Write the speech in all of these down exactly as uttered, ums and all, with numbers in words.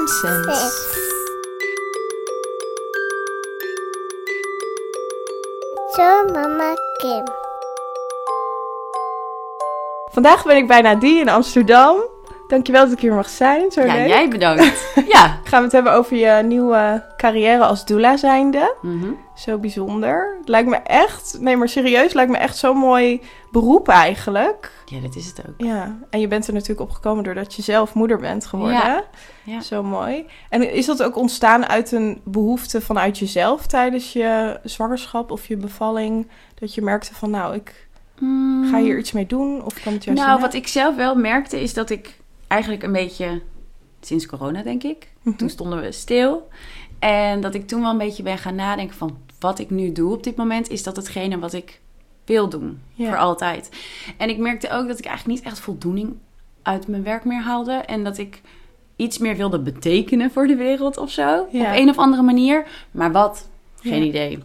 Momsense. Zo, mama Kim. Vandaag ben ik bij Nadie in Amsterdam. Dankjewel dat ik hier mag zijn. Zo ja, leuk. jij bedankt. Ja. Gaan we het hebben over je nieuwe carrière als doula zijnde. Mm-hmm. Zo bijzonder. Het lijkt me echt, nee maar serieus, het lijkt me echt zo'n mooi beroep eigenlijk. Ja, dat is het ook. Ja, en je bent er natuurlijk op gekomen doordat je zelf moeder bent geworden. Ja. Ja. Zo mooi. En is dat ook ontstaan uit een behoefte vanuit jezelf tijdens je zwangerschap of je bevalling? Dat je merkte van nou, ik Mm. ga hier iets mee doen? Of kan het juist Nou, niet? wat ik zelf wel merkte is dat ik eigenlijk een beetje, sinds corona denk ik, Mhm. toen stonden we stil. En dat ik toen wel een beetje ben gaan nadenken van wat ik nu doe op dit moment, is dat hetgene wat ik wil doen. Ja. Voor altijd. En ik merkte ook dat ik eigenlijk niet echt voldoening uit mijn werk meer haalde. En dat ik iets meer wilde betekenen voor de wereld of zo. Ja. Op een of andere manier. Maar wat? Geen Ja. idee.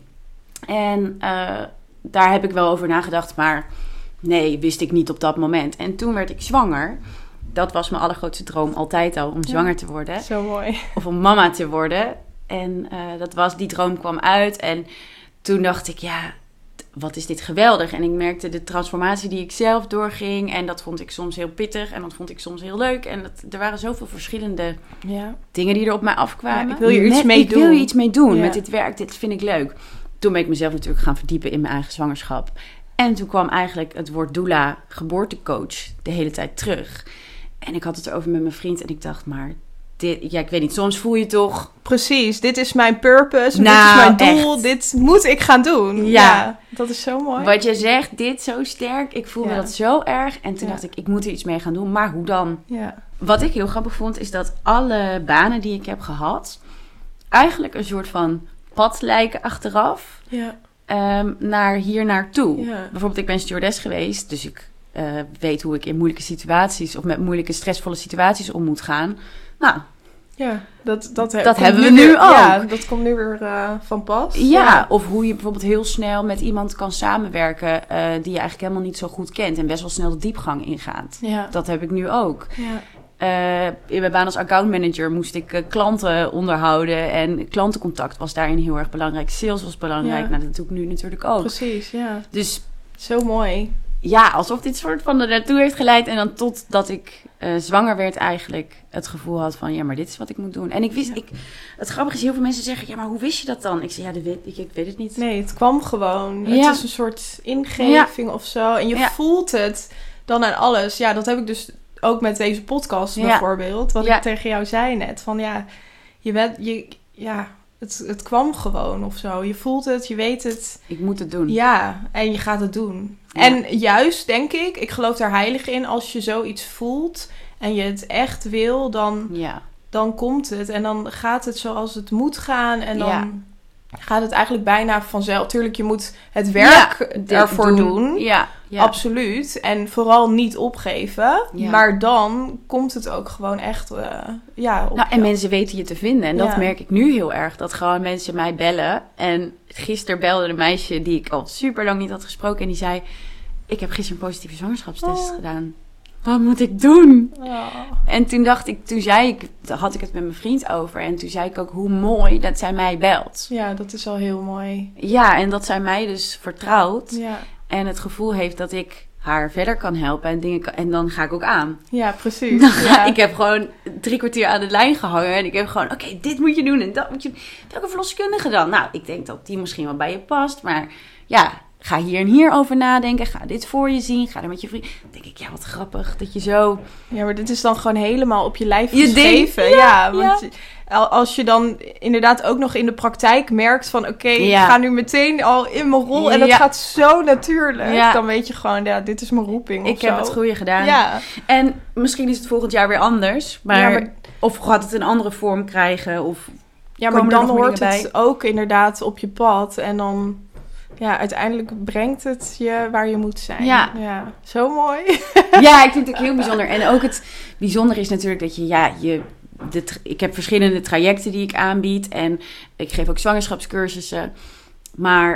En uh, daar heb ik wel over nagedacht. Maar nee, wist ik niet op dat moment. En toen werd ik zwanger. Dat was mijn allergrootste droom altijd al. Om Ja. zwanger te worden. Zo mooi. Of om mama te worden. En uh, dat was, die droom kwam uit. En toen dacht ik, ja, wat is dit geweldig. En ik merkte de transformatie die ik zelf doorging. En dat vond ik soms heel pittig. En dat vond ik soms heel leuk. En dat, er waren zoveel verschillende Ja. dingen die er op mij afkwamen. Ja, ik wil hier iets Net, mee ik doen. wil hier iets mee doen Ja. met dit werk. Dit vind ik leuk. Toen ben ik mezelf natuurlijk gaan verdiepen in mijn eigen zwangerschap. En toen kwam eigenlijk het woord doula, geboortecoach, de hele tijd terug. En ik had het erover met mijn vriend. En ik dacht, maar dit, ja, ik weet niet, soms voel je toch... Precies, dit is mijn purpose, Nou, dit is mijn doel, echt. dit moet ik gaan doen. Ja. Dat is zo mooi. Wat je zegt, dit zo sterk. Ik voelde Ja. dat zo erg. En toen Ja. dacht ik, ik moet er iets mee gaan doen. Maar hoe dan? Ja. Wat ik heel grappig vond, is dat alle banen die ik heb gehad... eigenlijk een soort van pad lijken achteraf... Ja. Um, naar hier naartoe. Ja. Bijvoorbeeld, ik ben stewardess geweest. Dus ik uh, weet hoe ik in moeilijke situaties... of met moeilijke, stressvolle situaties om moet gaan. Nou, Ja, dat, dat, he- Dat komt hebben we weer- nu ook. Ja, dat komt nu weer uh, van pas. ja, of hoe je bijvoorbeeld heel snel met iemand kan samenwerken... Uh, die je eigenlijk helemaal niet zo goed kent... en best wel snel de diepgang ingaat. Ja. Dat heb ik nu ook. Ja. Uh, in mijn baan als accountmanager moest ik uh, klanten onderhouden. En klantencontact was daarin heel erg belangrijk. Sales was belangrijk. Ja. Nou, dat doe ik nu natuurlijk ook. Precies, ja. Dus Zo mooi. ja, alsof dit soort van er naartoe heeft geleid. En dan totdat ik uh, zwanger werd eigenlijk het gevoel had van... ja, maar dit is wat ik moet doen. En ik wist... Ja. Ik, het grappige is, heel veel mensen zeggen... ja, maar hoe wist je dat dan? Ik zei, ja, dat weet, ik, ik weet het niet. Nee, het kwam gewoon. Ja. Het is een soort ingeving of zo. En je Ja. voelt het dan aan alles. Ja, dat heb ik dus ook met deze podcast Ja. bijvoorbeeld. Wat Ja. ik tegen jou zei net. Van ja, je bent... Je, ja, het, het kwam gewoon of zo. Je voelt het, je weet het. Ik moet het doen. Ja, en je gaat het doen. Ja. En juist, denk ik, ik geloof daar heilig in... als je zoiets voelt en je het echt wil, dan, Ja. dan komt het. En dan gaat het zoals het moet gaan. En dan Ja. gaat het eigenlijk bijna vanzelf. Tuurlijk, je moet het werk Ja, ervoor doen. Ja. ja. Absoluut. En vooral niet opgeven. Ja. Maar dan komt het ook gewoon echt... Uh, ja, op Nou, en je- mensen weten je te vinden. En dat Ja. merk ik nu heel erg. Dat gewoon mensen mij bellen. En gisteren belde een meisje die ik al super lang niet had gesproken. En die zei, ik heb gisteren een positieve zwangerschapstest Oh. gedaan. Wat moet ik doen? Oh. En toen dacht ik, toen zei ik, daar had ik het met mijn vriend over. En toen zei ik ook hoe mooi dat zij mij belt. Ja, dat is al heel mooi. Ja, en dat zij mij dus vertrouwt. Ja, En het gevoel heeft dat ik haar verder kan helpen. En, dingen kan, en dan ga ik ook aan. ja precies. Dan ga, Ja. Ik heb gewoon drie kwartier aan de lijn gehangen. En ik heb gewoon, oké, okay, dit moet je doen en dat moet je doen. Welke verloskundige dan? Nou, ik denk dat die misschien wel bij je past. Maar ja, ga hier en hier over nadenken. Ga dit voor je zien. Ga er met je vriend. Dan denk ik, ja, wat grappig dat je zo... Ja, maar dit is dan gewoon helemaal op je lijf Je geschreven. denkt, ja, ja, want al- als je dan inderdaad ook nog in de praktijk merkt van... oké, Ja. ik ga nu meteen al in mijn rol en dat Ja. gaat zo natuurlijk. Ja. Dan weet je gewoon, ja, dit is mijn roeping Ik of heb zo. het goede gedaan. Ja, En misschien is het volgend jaar weer anders. Maar, Ja, maar- of gaat het een andere vorm krijgen? Of ja maar komen er dan nog meer hoort dingen het ook inderdaad op je pad. En dan, ja, uiteindelijk brengt het je waar je moet zijn. Ja. ja. Zo mooi. Ja, ik vind het ook heel bijzonder. En ook het bijzondere is natuurlijk dat je, ja, je, de, tra- ik heb verschillende trajecten die ik aanbied. En ik geef ook zwangerschapscursussen. Maar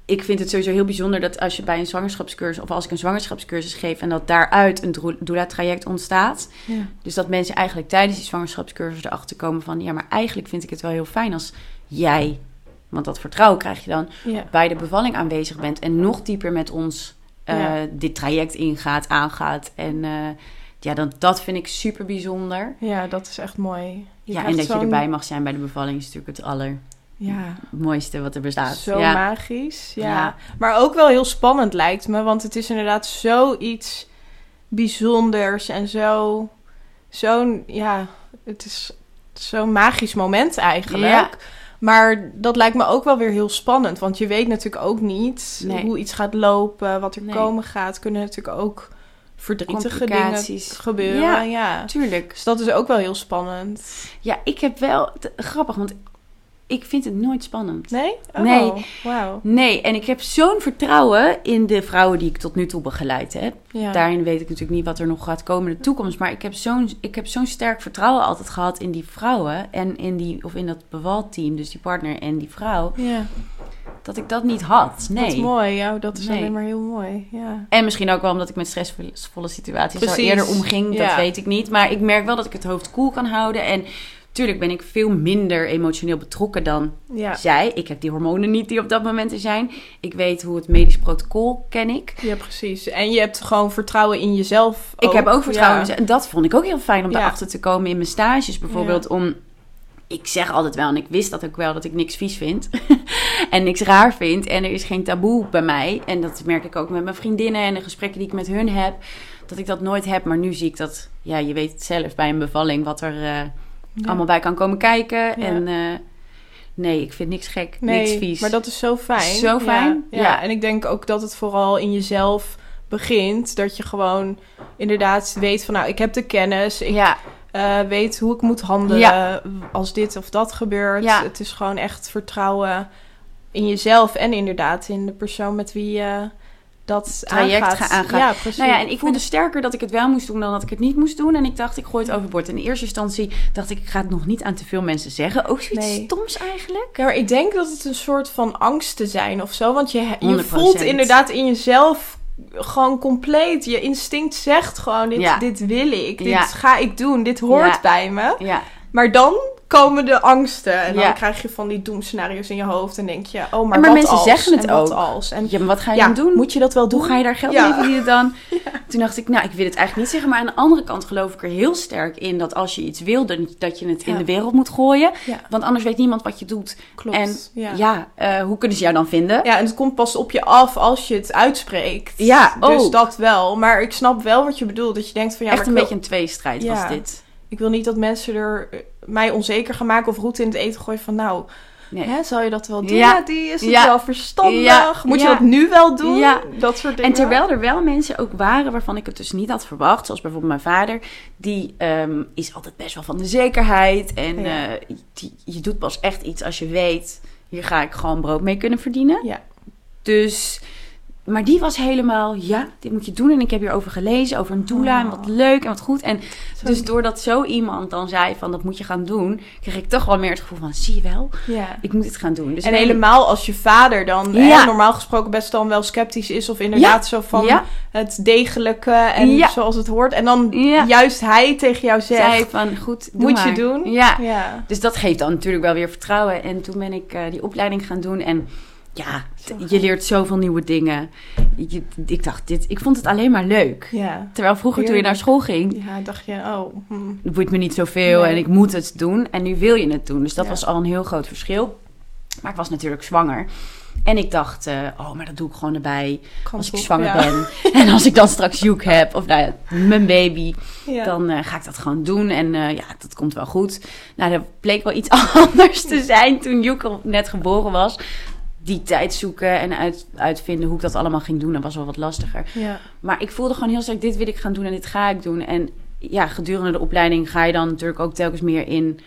ik vind het sowieso heel bijzonder dat als je bij een zwangerschapscursus... of als ik een zwangerschapscursus geef... en dat daaruit een doula-traject ontstaat. Ja. Dus dat mensen eigenlijk tijdens die zwangerschapscursus erachter komen van... ja, maar eigenlijk vind ik het wel heel fijn als jij... want dat vertrouwen krijg je dan... Ja. bij de bevalling aanwezig bent... en nog dieper met ons uh, Ja. dit traject ingaat, aangaat. En uh, ja, dan, dat vind ik super bijzonder. Ja, dat is echt mooi. Je Ja, en krijgt dat je zo'n- erbij mag zijn bij de bevalling... is natuurlijk het allermooiste Ja, wat er bestaat. zo ja. magisch. Ja. Ja. Maar ook wel heel spannend lijkt me. Want het is inderdaad zoiets bijzonders. En zo... Zo'n... Ja, het is zo'n magisch moment eigenlijk. Ja. Maar dat lijkt me ook wel weer heel spannend. Want je weet natuurlijk ook niet Nee. hoe iets gaat lopen. Wat er Nee. komen gaat. Kunnen natuurlijk ook verdrietige dingen Complicaties. gebeuren. Ja. Ja. Tuurlijk. Dus dat is ook wel heel spannend. Ja, ik heb wel... t- grappig, want ik vind het nooit spannend. Nee? Oh, Nee. Wauw. Nee, en ik heb zo'n vertrouwen in de vrouwen die ik tot nu toe begeleid heb. Ja. Daarin weet ik natuurlijk niet wat er nog gaat komen in de toekomst. Maar ik heb zo'n, ik heb zo'n sterk vertrouwen altijd gehad in die vrouwen. En in, die, of in dat bevalteam, dus die partner en die vrouw. Ja. Dat ik dat niet had. Nee. Wat mooi. Ja, dat is Nee. alleen maar heel mooi. Ja. En misschien ook wel omdat ik met stressvolle situaties al Precies. eerder omging. Dat Ja. weet ik niet. Maar ik merk wel dat ik het hoofd koel kan houden. En tuurlijk ben ik veel minder emotioneel betrokken dan Ja. zij. Ik heb die hormonen niet die op dat moment er zijn. Ik weet hoe het medisch protocol ken ik. Ja, precies. En je hebt gewoon vertrouwen in jezelf. Ik heb ook vertrouwen Ja. in mezelf. En dat vond ik ook heel fijn om Ja. daarachter te komen in mijn stages. Bijvoorbeeld om... Ik zeg altijd wel, en ik wist dat ook wel, dat ik niks vies vind. en niks raar vind. En er is geen taboe bij mij. En dat merk ik ook met mijn vriendinnen en de gesprekken die ik met hun heb. Dat ik dat nooit heb. Maar nu zie ik dat, ja, je weet het zelf bij een bevalling wat er uh, Ja. allemaal bij kan komen kijken. Ja. En uh, nee, ik vind niks gek, Nee, niks vies. maar dat is zo fijn. Zo fijn, Ja, ja. ja. En ik denk ook dat het vooral in jezelf begint. Dat je gewoon inderdaad weet van, nou, ik heb de kennis. Ik Ja, uh, weet hoe ik moet handelen Ja. als dit of dat gebeurt. Ja. Het is gewoon echt vertrouwen in jezelf en inderdaad in de persoon met wie je dat Traject aangaat. ga- aangaat. Ja, precies. nou ja, en ik voelde sterker dat ik het wel moest doen dan dat ik het niet moest doen. En ik dacht, ik gooi het overboord. In eerste instantie dacht ik, ik ga het nog niet aan te veel mensen zeggen. Ook zoiets Nee. stoms eigenlijk. Ja, maar ik denk dat het een soort van angst te zijn of zo. Want je, je honderd procent. voelt inderdaad in jezelf gewoon compleet. Je instinct zegt gewoon, dit, Ja. dit wil ik. Dit Ja. ga ik doen. Dit hoort Ja. bij me. Ja, Maar dan komen de angsten. En dan Ja. krijg je van die doemscenario's in je hoofd. En denk je, oh, maar, maar wat mensen als? zeggen het En wat ook. als? En ja, maar wat ga je ja, dan doen? moet je dat wel doen? Hoe ga je daar geld Ja. mee verdienen dan? Toen dacht ik, nou, ik wil het eigenlijk niet zeggen. Maar aan de andere kant geloof ik er heel sterk in dat als je iets wil, dan, dat je het in Ja. de wereld moet gooien. Ja. Want anders weet niemand wat je doet. Klopt. En ja. ja, eh, hoe kunnen ze jou dan vinden? Ja, en het komt pas op je af als je het uitspreekt. Ja, dus ook. dat wel. Maar ik snap wel wat je bedoelt. Dat je denkt van ja, Echt maar een ik beetje een tweestrijd Ja. was dit. Ik wil niet dat mensen er eh, mij onzeker gaan maken of roet in het eten gooien van nou, Nee. hè, zal je dat wel doen? Ja. Ja, die is het Ja. wel verstandig. Ja. Moet je Ja. dat nu wel doen? Ja. Dat soort dingen. En terwijl er wel mensen ook waren waarvan ik het dus niet had verwacht. Zoals bijvoorbeeld mijn vader. Die um, is altijd best wel van de zekerheid. En Ja. uh, die, je doet pas echt iets als je weet, hier ga ik gewoon brood mee kunnen verdienen. Ja. Dus, maar die was helemaal, ja, dit moet je doen. En ik heb hierover gelezen, over een doula. Oh. En wat leuk en wat goed. En Zo. dus doordat zo iemand dan zei van, dat moet je gaan doen. Kreeg ik toch wel meer het gevoel van, zie je wel, Ja. ik moet het gaan doen. Dus En we- helemaal als je vader dan Ja. hè, normaal gesproken best dan wel sceptisch is. Of inderdaad zo van Ja. het degelijke en Ja. zoals het hoort. En dan Ja. juist hij tegen jou zegt, zei van, goed, doe moet maar. je doen. Ja. Ja. Dus dat geeft dan natuurlijk wel weer vertrouwen. En toen ben ik uh, die opleiding gaan doen. En ja, Zo je gaaf. leert zoveel nieuwe dingen. Je, ik dacht, dit, ik vond het alleen maar leuk. Ja. Terwijl vroeger toen je naar school ging, Ja, dacht je, oh. Hm. het boeit me niet zoveel Nee. en ik moet het doen. En nu wil je het doen. Dus dat Ja. was al een heel groot verschil. Maar ik was natuurlijk zwanger. En ik dacht, uh, oh, maar dat doe ik gewoon erbij als ik op, zwanger ja. ben. En als ik dan straks Joek heb, of nou ja, mijn baby, Ja. dan uh, ga ik dat gewoon doen. En uh, ja, dat komt wel goed. Nou, dat bleek wel iets anders te zijn toen Joek al net geboren was. Die tijd zoeken en uit, uitvinden hoe ik dat allemaal ging doen, dat was wel wat lastiger. Ja. Maar ik voelde gewoon heel sterk, dit wil ik gaan doen en dit ga ik doen. En ja, gedurende de opleiding ga je dan natuurlijk ook telkens meer in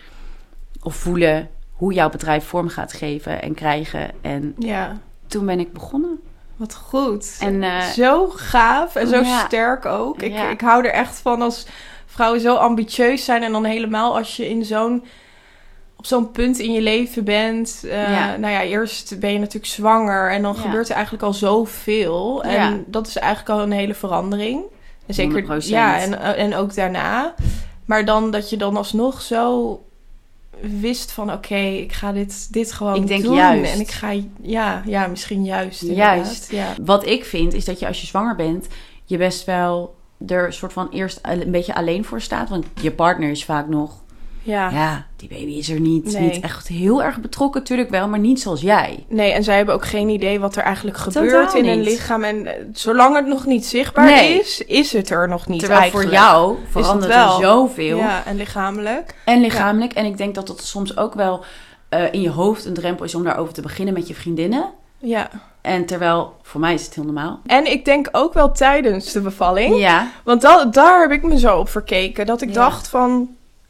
of voelen hoe jouw bedrijf vorm gaat geven en krijgen. En Ja. toen ben ik begonnen. Wat goed. En, uh, zo gaaf en zo ja. sterk ook. Ik, Ja. ik hou er echt van als vrouwen zo ambitieus zijn. En dan helemaal als je in zo'n op zo'n punt in je leven bent. Uh, Ja. Nou ja, eerst ben je natuurlijk zwanger en dan Ja. gebeurt er eigenlijk al zoveel. En Ja. dat is eigenlijk al een hele verandering. En zeker, honderd procent. ja, en, en ook daarna. Maar dan dat je dan alsnog zo wist van oké, okay, ik ga dit, dit gewoon Ik denk doen. juist. En ik ga, ja, ja misschien juist. Juist. Ja. Wat ik vind, is dat je als je zwanger bent, je best wel er soort van eerst een beetje alleen voor staat. Want je partner is vaak nog, Ja. ja, die baby is er niet. Nee. Niet echt heel erg betrokken, natuurlijk wel, maar niet zoals jij. Nee, en zij hebben ook geen idee wat er eigenlijk gebeurt Totaal in hun niet. lichaam. En eh, zolang het nog niet zichtbaar Nee. is, is het er nog niet Terwijl eigenlijk. voor jou verandert Is het wel. er zoveel. Ja, en lichamelijk. En lichamelijk. En ik denk dat het soms ook wel uh, in je hoofd een drempel is om daarover te beginnen met je vriendinnen. Ja. En terwijl, voor mij is het heel normaal. En ik denk ook wel tijdens de bevalling. Ja. Want da- daar heb ik me zo op verkeken. Dat ik Ja. dacht van...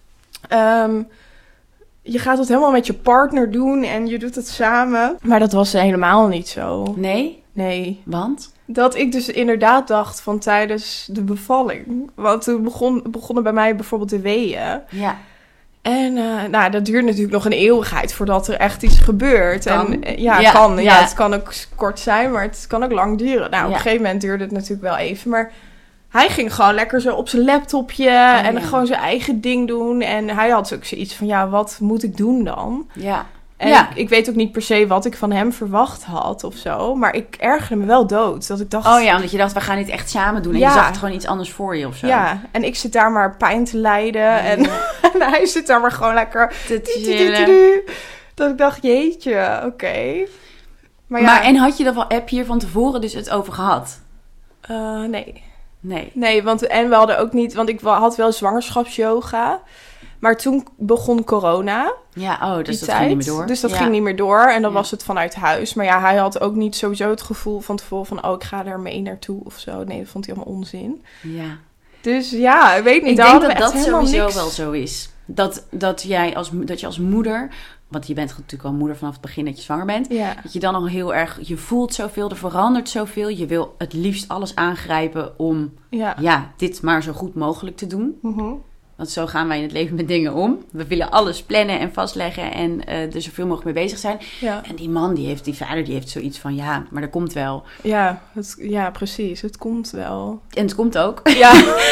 Um, je gaat het helemaal met je partner doen en je doet het samen. Maar dat was helemaal niet zo. Nee? Nee. Want? Dat ik dus inderdaad dacht van tijdens de bevalling. Want toen begon, begonnen bij mij bijvoorbeeld de weeën. Ja. En uh, nou, dat duurt natuurlijk nog een eeuwigheid voordat er echt iets gebeurt. Kan. En, uh, ja, Ja, kan. Ja, ja. het kan ook kort zijn, maar het kan ook lang duren. Nou, op Ja. een gegeven moment duurde het natuurlijk wel even. Maar hij ging gewoon lekker zo op zijn laptopje Oh, en ja. gewoon zijn eigen ding doen. En hij had ook zoiets van, ja, wat moet ik doen dan? Ja. En Ja. ik, ik weet ook niet per se wat ik van hem verwacht had of zo. Maar ik ergerde me wel dood. Dat ik dacht... Oh ja, omdat je dacht, we gaan dit echt samen doen. En Ja. je zag het gewoon iets anders voor je of zo. Ja, en ik zit daar maar pijn te lijden. En, en hij zit daar maar gewoon lekker... Te chillen. Dat ik dacht, jeetje, oké. Okay. Maar ja, Maar en had je er wel app hier van tevoren dus het over gehad? uh, nee. Nee. Nee, want en we hadden ook niet... Want ik had wel zwangerschapsyoga. Maar toen begon corona. Ja, oh, dus die dat tijd. ging niet meer door. Dus dat Ja. ging niet meer door. En dan Ja. was het vanuit huis. Maar ja, hij had ook niet sowieso het gevoel van tevoren van... Oh, ik ga daar mee naartoe of zo. Nee, dat vond hij allemaal onzin. Ja. Dus ja, ik weet niet. Ik daar denk hadden dat we dat echt helemaal sowieso niks. wel zo is. Dat, dat, jij als, dat je als moeder... Want je bent natuurlijk al moeder vanaf het begin dat je zwanger bent. Ja. Dat je dan al heel erg... Je voelt zoveel, er verandert zoveel. Je wil het liefst alles aangrijpen om... Ja. Ja, dit maar zo goed mogelijk te doen. Mhm. Want zo gaan wij in het leven met dingen om. We willen alles plannen en vastleggen en uh, er zoveel mogelijk mee bezig zijn. Ja. En die man, die heeft, die vader, die heeft zoiets van... Ja, maar dat komt wel. Ja, het, ja, precies. Het komt wel. En het komt ook. Ja.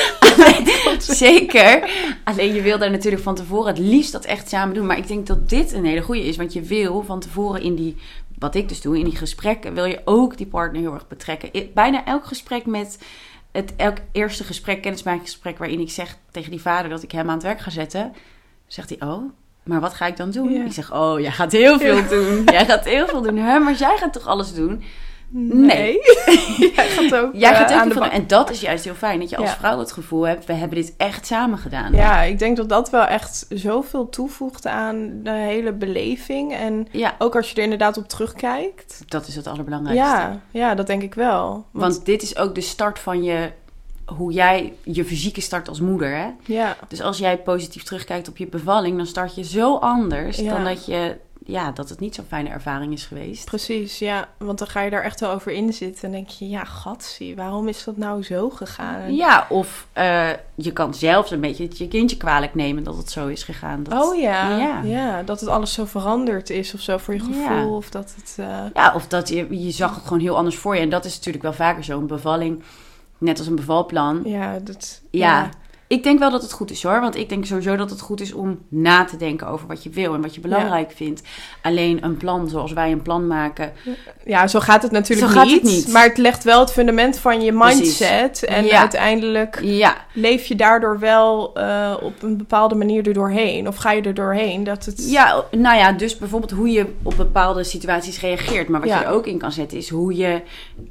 Zeker. Alleen je wil daar natuurlijk van tevoren het liefst dat echt samen doen. Maar ik denk dat dit een hele goede is. Want je wil van tevoren in die... Wat ik dus doe, in die gesprekken... wil je ook die partner heel erg betrekken. Bijna elk gesprek met... Het elk eerste gesprek, kennismakingsgesprek... waarin ik zeg tegen die vader dat ik hem aan het werk ga zetten... zegt hij, oh, maar wat ga ik dan doen? Ja. Ik zeg, oh, jij gaat heel veel Ja. doen. Jij gaat heel veel doen. Hè, maar jij gaat toch alles doen? Nee. Jij gaat ook Jij uh, gaat ook aan de van, bak. en dat is juist heel fijn. Dat je als Ja. vrouw het gevoel hebt... we hebben dit echt samen gedaan. Ja, ik denk dat dat wel echt zoveel toevoegt aan de hele beleving. En Ja, ook als je er inderdaad op terugkijkt. dat is het allerbelangrijkste. Ja, ja, dat denk ik wel. Want, Want dit is ook de start van je... hoe jij je fysieke start als moeder, hè? ja, Dus als jij positief terugkijkt op je bevalling... dan start je zo anders Ja. dan dat je... ja, dat het niet zo'n fijne ervaring is geweest. precies, ja. Want dan ga je daar echt wel over inzitten. En denk je, ja, gatsie, waarom is dat nou zo gegaan? Ja, of uh, je kan zelfs een beetje je kindje kwalijk nemen dat het zo is gegaan. Dat, Oh ja. Ja. ja, dat het alles zo veranderd is of zo voor je gevoel. Ja. Of dat het... Uh... Ja, of dat je, je zag het gewoon heel anders voor je. En dat is natuurlijk wel vaker zo. Een bevalling, net als een bevalplan. Ja, dat... Ja, ik denk wel dat het goed is hoor. Want ik denk sowieso dat het goed is om na te denken over wat je wil en wat je belangrijk ja. vindt. Alleen een plan zoals wij een plan maken. Ja, zo gaat het natuurlijk zo gaat niet, het niet. Maar het legt wel het fundament van je mindset. Precies. En ja. uiteindelijk ja. leef je daardoor wel uh, op een bepaalde manier er doorheen. Of ga je er doorheen dat het... Ja, nou ja, dus bijvoorbeeld hoe je op bepaalde situaties reageert. Maar wat ja. je er ook in kan zetten is hoe je...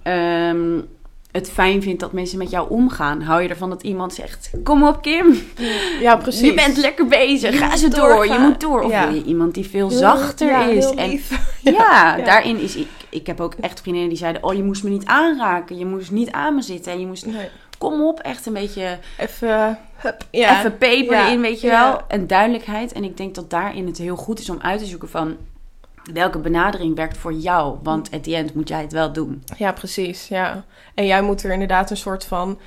Um, het fijn vindt dat mensen met jou omgaan. Hou je ervan dat iemand zegt... Kom op, Kim. Ja, precies. Je bent lekker bezig. Ga ze door. Doorgaan. Je moet door. Of ja. wil je iemand die veel zachter ja, is. Heel en lief. ja, ja, ja, daarin is... Ik, ik heb ook echt vriendinnen die zeiden... Oh, je moest me niet aanraken. Je moest niet aan me zitten. En je moest... Nee. Kom op, echt een beetje... Even... Hup, ja. Even peper ja. in, weet je ja. wel. En duidelijkheid. En ik denk dat daarin het heel goed is om uit te zoeken van... Welke benadering werkt voor jou? Want at the end moet jij het wel doen. Ja, precies. Ja. En jij moet er inderdaad een soort van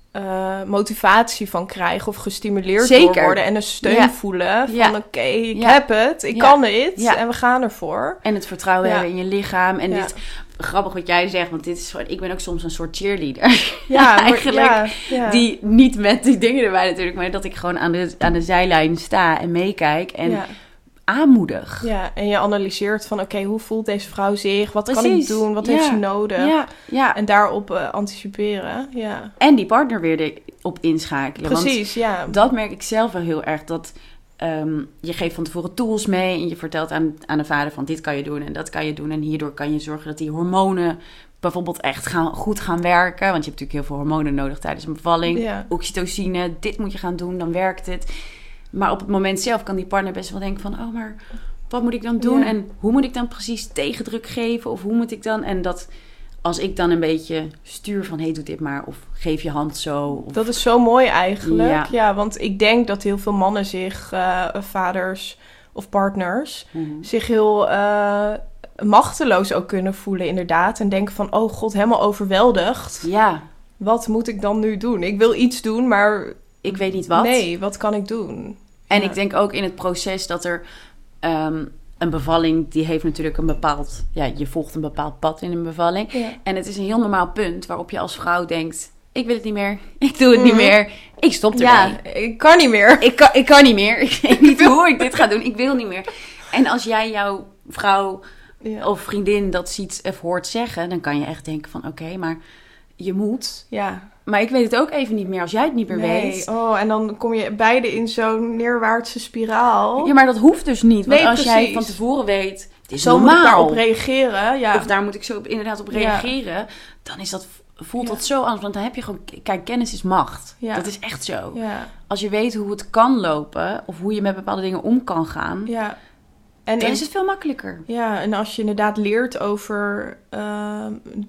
uh, motivatie van krijgen of gestimuleerd Zeker. door worden en een steun Ja. voelen van Ja. oké, okay, ik Ja. heb het, ik Ja. kan dit Ja. en we gaan ervoor. En het vertrouwen Ja. hebben in je lichaam. En Ja. dit, grappig wat jij zegt, want dit is gewoon, ik ben ook soms een soort cheerleader. Ja, maar- eigenlijk. ja, ja. Die niet met die dingen erbij natuurlijk, maar dat ik gewoon aan de, aan de zijlijn sta en meekijk en ja. aanmoedig. Ja, en je analyseert van oké, okay, hoe voelt deze vrouw zich? Wat kan ik Precies. doen? Wat Ja. heeft ze nodig? Ja, ja. En daarop uh, anticiperen. Ja. En die partner weer erop inschakelen. Precies, ja. Want dat merk ik zelf wel heel erg. Dat um, je geeft van tevoren tools mee en je vertelt aan, aan de vader van dit kan je doen en dat kan je doen. En hierdoor kan je zorgen dat die hormonen bijvoorbeeld echt gaan, goed gaan werken. Want je hebt natuurlijk heel veel hormonen nodig tijdens een bevalling. Ja. Oxytocine, dit moet je gaan doen, dan werkt het. Maar op het moment zelf kan die partner best wel denken van, oh, maar wat moet ik dan doen? Ja. En hoe moet ik dan precies tegendruk geven? Of hoe moet ik dan? En dat als ik dan een beetje stuur van, hey, doe dit maar. Of geef je hand zo. Of... Dat is zo mooi eigenlijk. Ja. Ja, want ik denk dat heel veel mannen zich, uh, vaders of partners, Mm-hmm. zich heel uh, machteloos ook kunnen voelen inderdaad. En denken van, oh god, helemaal overweldigd. Ja. Wat moet ik dan nu doen? Ik wil iets doen, maar... Ik weet niet wat. Nee, wat kan ik doen? En Ja. ik denk ook in het proces dat er um, een bevalling, die heeft natuurlijk een bepaald, ja, je volgt een bepaald pad in een bevalling. Ja. En het is een heel normaal punt waarop je als vrouw denkt, ik wil het niet meer, ik doe het niet Mhm. meer, ik stop ermee. Ja, ik kan niet meer. Ik kan, ik kan niet meer, ik weet niet hoe ik dit ga doen, ik wil niet meer. En als jij jouw vrouw Ja. of vriendin dat ziet of hoort zeggen, dan kan je echt denken van, oké, okay, maar je moet. Ja. Maar ik weet het ook even niet meer als jij het niet meer Nee. weet. Oh, en dan kom je beide in zo'n neerwaartse spiraal. Ja, maar dat hoeft dus niet. Want Nee, als jij precies. van tevoren weet, het is Zo normaal. moet ik daarop reageren. Ja. Of daar moet ik zo op, inderdaad op reageren. Dan is dat, voelt Ja. dat zo anders. Want dan heb je gewoon, kijk, kennis is macht. Ja. Dat is echt zo. Ja. Als je weet hoe het kan lopen, of hoe je met bepaalde dingen om kan gaan, Ja. En dan in- is het veel makkelijker. Ja, en als je inderdaad leert over uh,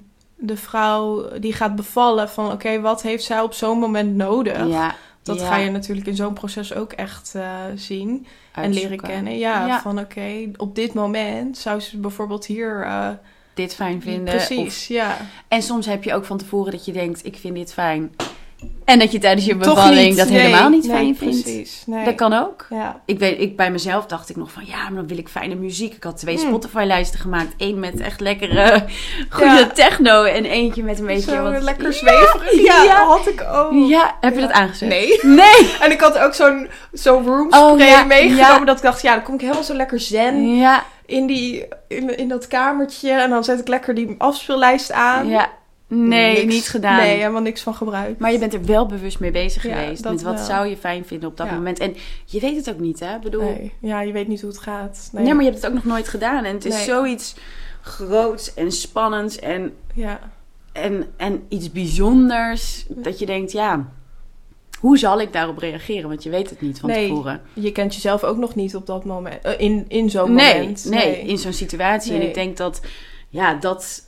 de vrouw die gaat bevallen, van oké, okay, wat heeft zij op zo'n moment nodig? Ja. Dat ja. ga je natuurlijk in zo'n proces ook echt uh, zien en Uitzoeken. leren kennen. Ja, Ja. van oké, okay, op dit moment zou ze bijvoorbeeld hier... Uh, Dit fijn vinden. Precies, Of, ja. en soms heb je ook van tevoren dat je denkt, ik vind dit fijn. En dat je tijdens je Toch bevalling niet. dat Nee, helemaal niet nee, fijn vindt. Precies. Nee. Dat kan ook. Ja. Ik weet, ik bij mezelf dacht ik nog van, ja, maar dan wil ik fijne muziek. Ik had twee Mm. Spotify-lijsten gemaakt. Eén met echt lekkere, goede Ja. techno. En eentje met een beetje Zo wat... lekker zweverig. Ja, Ja. had ik ook. Ja, heb je Ja. dat aangezet? Nee. Nee! En ik had ook zo'n zo'n roomspray Oh, ja, meegenomen. ja. Dat ik dacht, ja, dan kom ik helemaal zo lekker zen Ja, in, die, in, in dat kamertje. En dan zet ik lekker die afspeellijst aan. ja. Nee, Niks. niet gedaan. Nee, helemaal niks van gebruikt. Maar je bent er wel bewust mee bezig Ja, geweest. dat Met wat wel. zou je fijn vinden op dat Ja. moment. En je weet het ook niet, hè? Ik bedoel, nee. Nee, ja, je weet niet hoe het gaat. Nee, maar je hebt het ook nog nooit gedaan. En het is Nee. zoiets groots en spannends en, Ja, en, en iets bijzonders. Dat je denkt, ja, hoe zal ik daarop reageren? Want je weet het niet van Nee. tevoren. je kent jezelf ook nog niet op dat moment. Uh, in, in zo'n Nee, moment. nee, in zo'n situatie. En Nee. ik denk dat, ja, dat,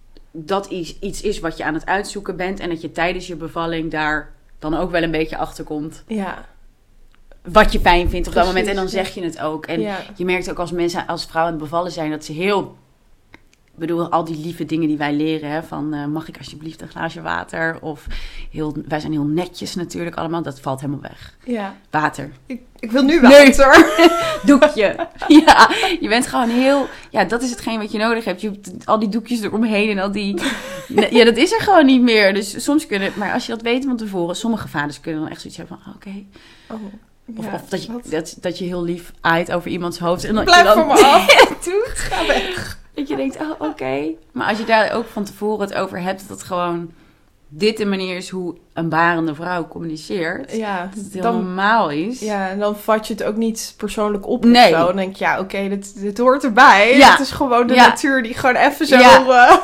dat iets, iets is wat je aan het uitzoeken bent. En dat je tijdens je bevalling daar dan ook wel een beetje achter komt. Ja, Wat je fijn vindt op dat Precies, moment. En dan ja. zeg je het ook. En ja. je merkt ook als mensen, als vrouwen aan het bevallen zijn, dat ze heel... Ik bedoel, al die lieve dingen die wij leren. Hè, van, uh, mag ik alsjeblieft een glaasje water? Of heel, wij zijn heel netjes natuurlijk allemaal. Dat valt helemaal weg. ja. Water. Ik, ik wil nu Nee. water. Doekje. Ja, je bent gewoon heel... Ja, dat is hetgeen wat je nodig hebt. Je hebt al die doekjes eromheen en al die... Ja, dat is er gewoon niet meer. Dus soms kunnen... Maar als je dat weet van tevoren... Sommige vaders kunnen dan echt zoiets hebben van... Oké. Okay. Oh, Of, ja, of dat, je, wat? dat, dat je heel lief aait over iemands hoofd. En dat Blijf je dan van me af. doet. Ga weg. Dat je denkt, oh, oké. Okay. Maar als je daar ook van tevoren het over hebt... dat gewoon dit de manier is hoe een barende vrouw communiceert... Ja, dat het heel dan, normaal is. ja, en dan vat je het ook niet persoonlijk op Nee. of zo. Dan denk je, ja, oké, okay, dit, dit hoort erbij. Ja. Het is gewoon de Ja. natuur die gewoon even zo... Ja. Uh,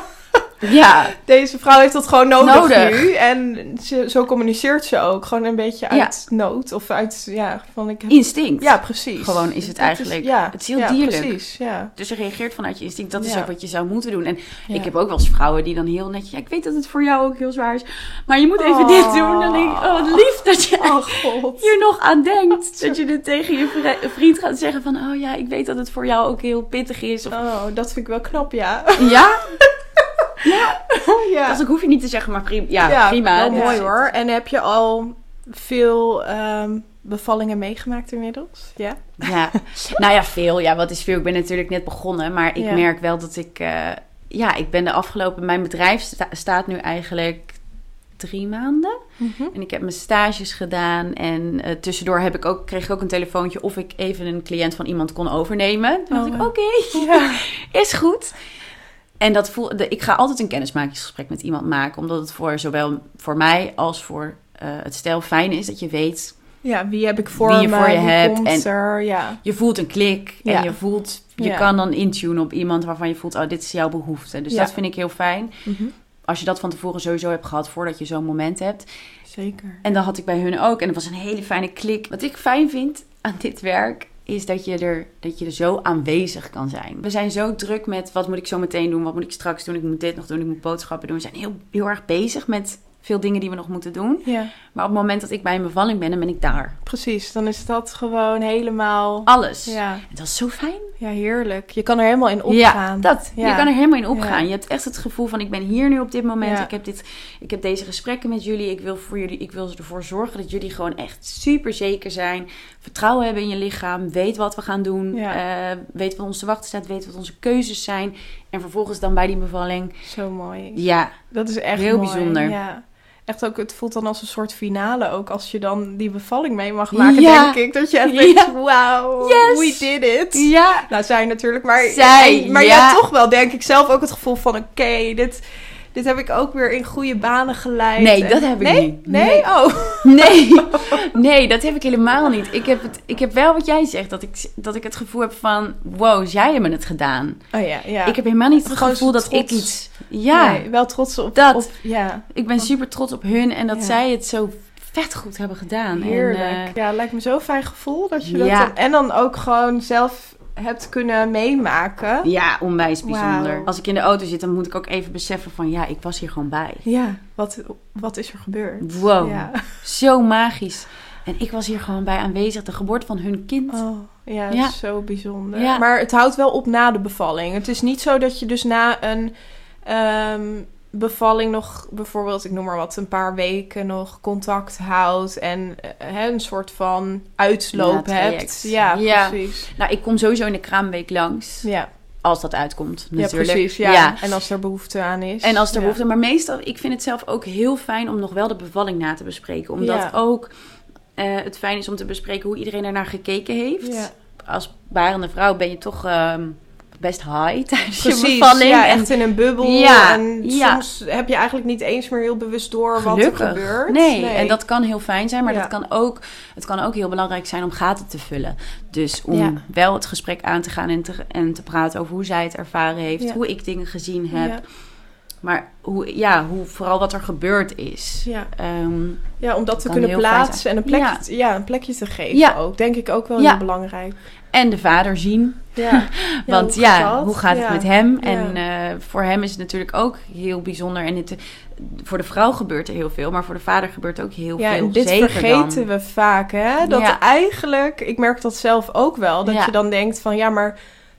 Ja, deze vrouw heeft dat gewoon nodig, Nodig. nu. En ze, zo communiceert ze ook. Gewoon een beetje uit nood. Of uit, ja, van ik heb... instinct. Ja, precies. Gewoon is het Dat eigenlijk... ja, het is heel ja, dierlijk. precies, ja. Dus je reageert vanuit je instinct. Dat is Ja. ook wat je zou moeten doen. En Ja. ik heb ook wel eens vrouwen die dan heel netjes... Ja, ik weet dat het voor jou ook heel zwaar is. Maar je moet even Oh. dit doen. Dan denk ik, oh wat lief dat je Oh, god. hier nog aan denkt. Dat je dit tegen je vri- vriend gaat zeggen van... Oh ja, ik weet dat het voor jou ook heel pittig is. Of, Oh, dat vind ik wel knap, ja. ja? Ja. ja. Dus ik hoef je niet te zeggen, maar prima. Ja, ja prima. wel Dus- mooi hoor. En heb je al veel ehm, bevallingen meegemaakt inmiddels? Ja? Ja, nou ja, veel. Ja, wat is veel? Ik ben natuurlijk net begonnen, maar ik Ja. merk wel dat ik... Uh, ja, ik ben de afgelopen... Mijn bedrijf sta, staat nu eigenlijk drie maanden. Mm-hmm. En ik heb mijn stages gedaan. En uh, tussendoor heb ik ook, kreeg ik ook een telefoontje of ik even een cliënt van iemand kon overnemen. Toen dacht Oh, ik, ja. oké, okay, ja. is goed. En dat voel, de, ik ga altijd een kennismakingsgesprek met iemand maken. Omdat het voor zowel voor mij als voor uh, het stel fijn is dat je weet... Ja, wie heb ik voor Wie je me, voor je wie hebt komt en- er, ja. Je voelt een klik Ja. en je voelt... Je Ja. kan dan intunen op iemand waarvan je voelt... oh, dit is jouw behoefte. Dus Ja. dat vind ik heel fijn. Mm-hmm. Als je dat van tevoren sowieso hebt gehad... voordat je zo'n moment hebt. Zeker. En dat had ik bij hun ook. En dat was een hele fijne klik. Wat ik fijn vind aan dit werk... is dat je er, dat je er zo aanwezig kan zijn. We zijn zo druk met... wat moet ik zo meteen doen? Wat moet ik straks doen? Ik moet dit nog doen. Ik moet boodschappen doen. We zijn heel, heel erg bezig met... veel dingen die we nog moeten doen. Ja, Maar op het moment dat ik bij een bevalling ben... dan ben ik daar. precies. Dan is dat gewoon helemaal... Alles. Ja, En dat is zo fijn. ja, heerlijk. Je kan er helemaal in opgaan. Ja, dat. Ja. Je kan er helemaal in opgaan. Ja. Je hebt echt het gevoel van... ik ben hier nu op dit moment. Ja. Ik, heb dit, ik heb deze gesprekken met jullie. Ik wil, voor jullie. ik wil ervoor zorgen dat jullie gewoon echt super zeker zijn. Vertrouwen hebben in je lichaam. Weet wat we gaan doen. Ja. Uh, weet wat ons te wachten staat. Weet wat onze keuzes zijn. En vervolgens dan bij die bevalling. Zo mooi. Ja, Dat is echt heel mooi. bijzonder. Ja. Echt ook, het voelt dan als een soort finale ook. Als je dan die bevalling mee mag maken, Ja. denk ik. Dat je echt Ja. denkt, wauw, Yes. we did it. Ja. Nou, zij natuurlijk. Maar, Zij, en- maar ja. je hebt toch wel, denk ik, zelf ook het gevoel van... Oké, okay, dit, dit heb ik ook weer in goede banen geleid. Nee, En- dat heb ik nee? niet. Nee? Nee. Oh. Nee, nee, dat heb ik helemaal niet. Ik heb, het, ik heb wel wat jij zegt. Dat ik, dat ik het gevoel heb van... wow, zij hebben het gedaan. Oh ja, ja. Ik heb helemaal niet het Gewoon gevoel dat trots. ik iets... Ja, Nee, wel trots op Dat. op- ja, ik ben super trots op hun. En dat Ja. zij het zo vet goed hebben gedaan. heerlijk. En, uh, Ja, lijkt me zo'n fijn gevoel dat je dat Ja. dan... En dan ook gewoon zelf hebt kunnen meemaken. ja, onwijs bijzonder. Wauw. Als ik in de auto zit, dan moet ik ook even beseffen van... ja, ik was hier gewoon bij. Ja, wat, wat is er gebeurd? Wow, Ja. zo magisch. En ik was hier gewoon bij aanwezig. De geboorte van hun kind. Oh, ja, dat Ja. is zo bijzonder. Ja. Maar het houdt wel op na de bevalling. Het is niet zo dat je dus na een ehm, bevalling nog bijvoorbeeld, ik noem maar wat, een paar weken nog contact houdt en eh, hè, een soort van uitloop Ja, hebt. traject. Ja, Ja. precies. Nou, ik kom sowieso in de kraamweek langs. Ja, Als dat uitkomt, ja natuurlijk. precies. Ja. Ja. En als er behoefte aan is. En als er ja. behoefte... Maar meestal, ik vind het zelf ook heel fijn om nog wel de bevalling na te bespreken. Omdat Ja. ook uh, het fijn is om te bespreken hoe iedereen ernaar gekeken heeft. Ja. Als barende vrouw ben je toch um, best high tijdens Precies, je bevalling. ja, En echt in een bubbel. Ja, en ja. soms heb je eigenlijk niet eens meer heel bewust door gelukkig. wat er gebeurt. Nee, en dat kan heel fijn zijn. Maar Ja. dat kan ook, het kan ook heel belangrijk zijn om gaten te vullen. Dus om Ja. wel het gesprek aan te gaan en te, en te praten over hoe zij het ervaren heeft. Ja. Hoe ik dingen gezien heb. Ja. Maar hoe, ja, hoe, vooral wat er gebeurd is. Ja. Um, Ja, om dat te kan kunnen heel fijn plaatsen zijn. en een plekje, Ja. te, ja, een plekje te geven Ja. ook. Denk ik ook wel Ja. heel belangrijk. En de vader zien. Ja. Want hoe ja, gaat dat? hoe gaat het Ja. met hem? Ja. En uh, voor hem is het natuurlijk ook heel bijzonder. En het, voor de vrouw gebeurt er heel veel. Maar voor de vader gebeurt ook heel Ja, veel. en dit Zeker vergeten dan. we vaak, hè? Dat Ja. eigenlijk, ik merk dat zelf ook wel, dat Ja. je dan denkt van, ja, maar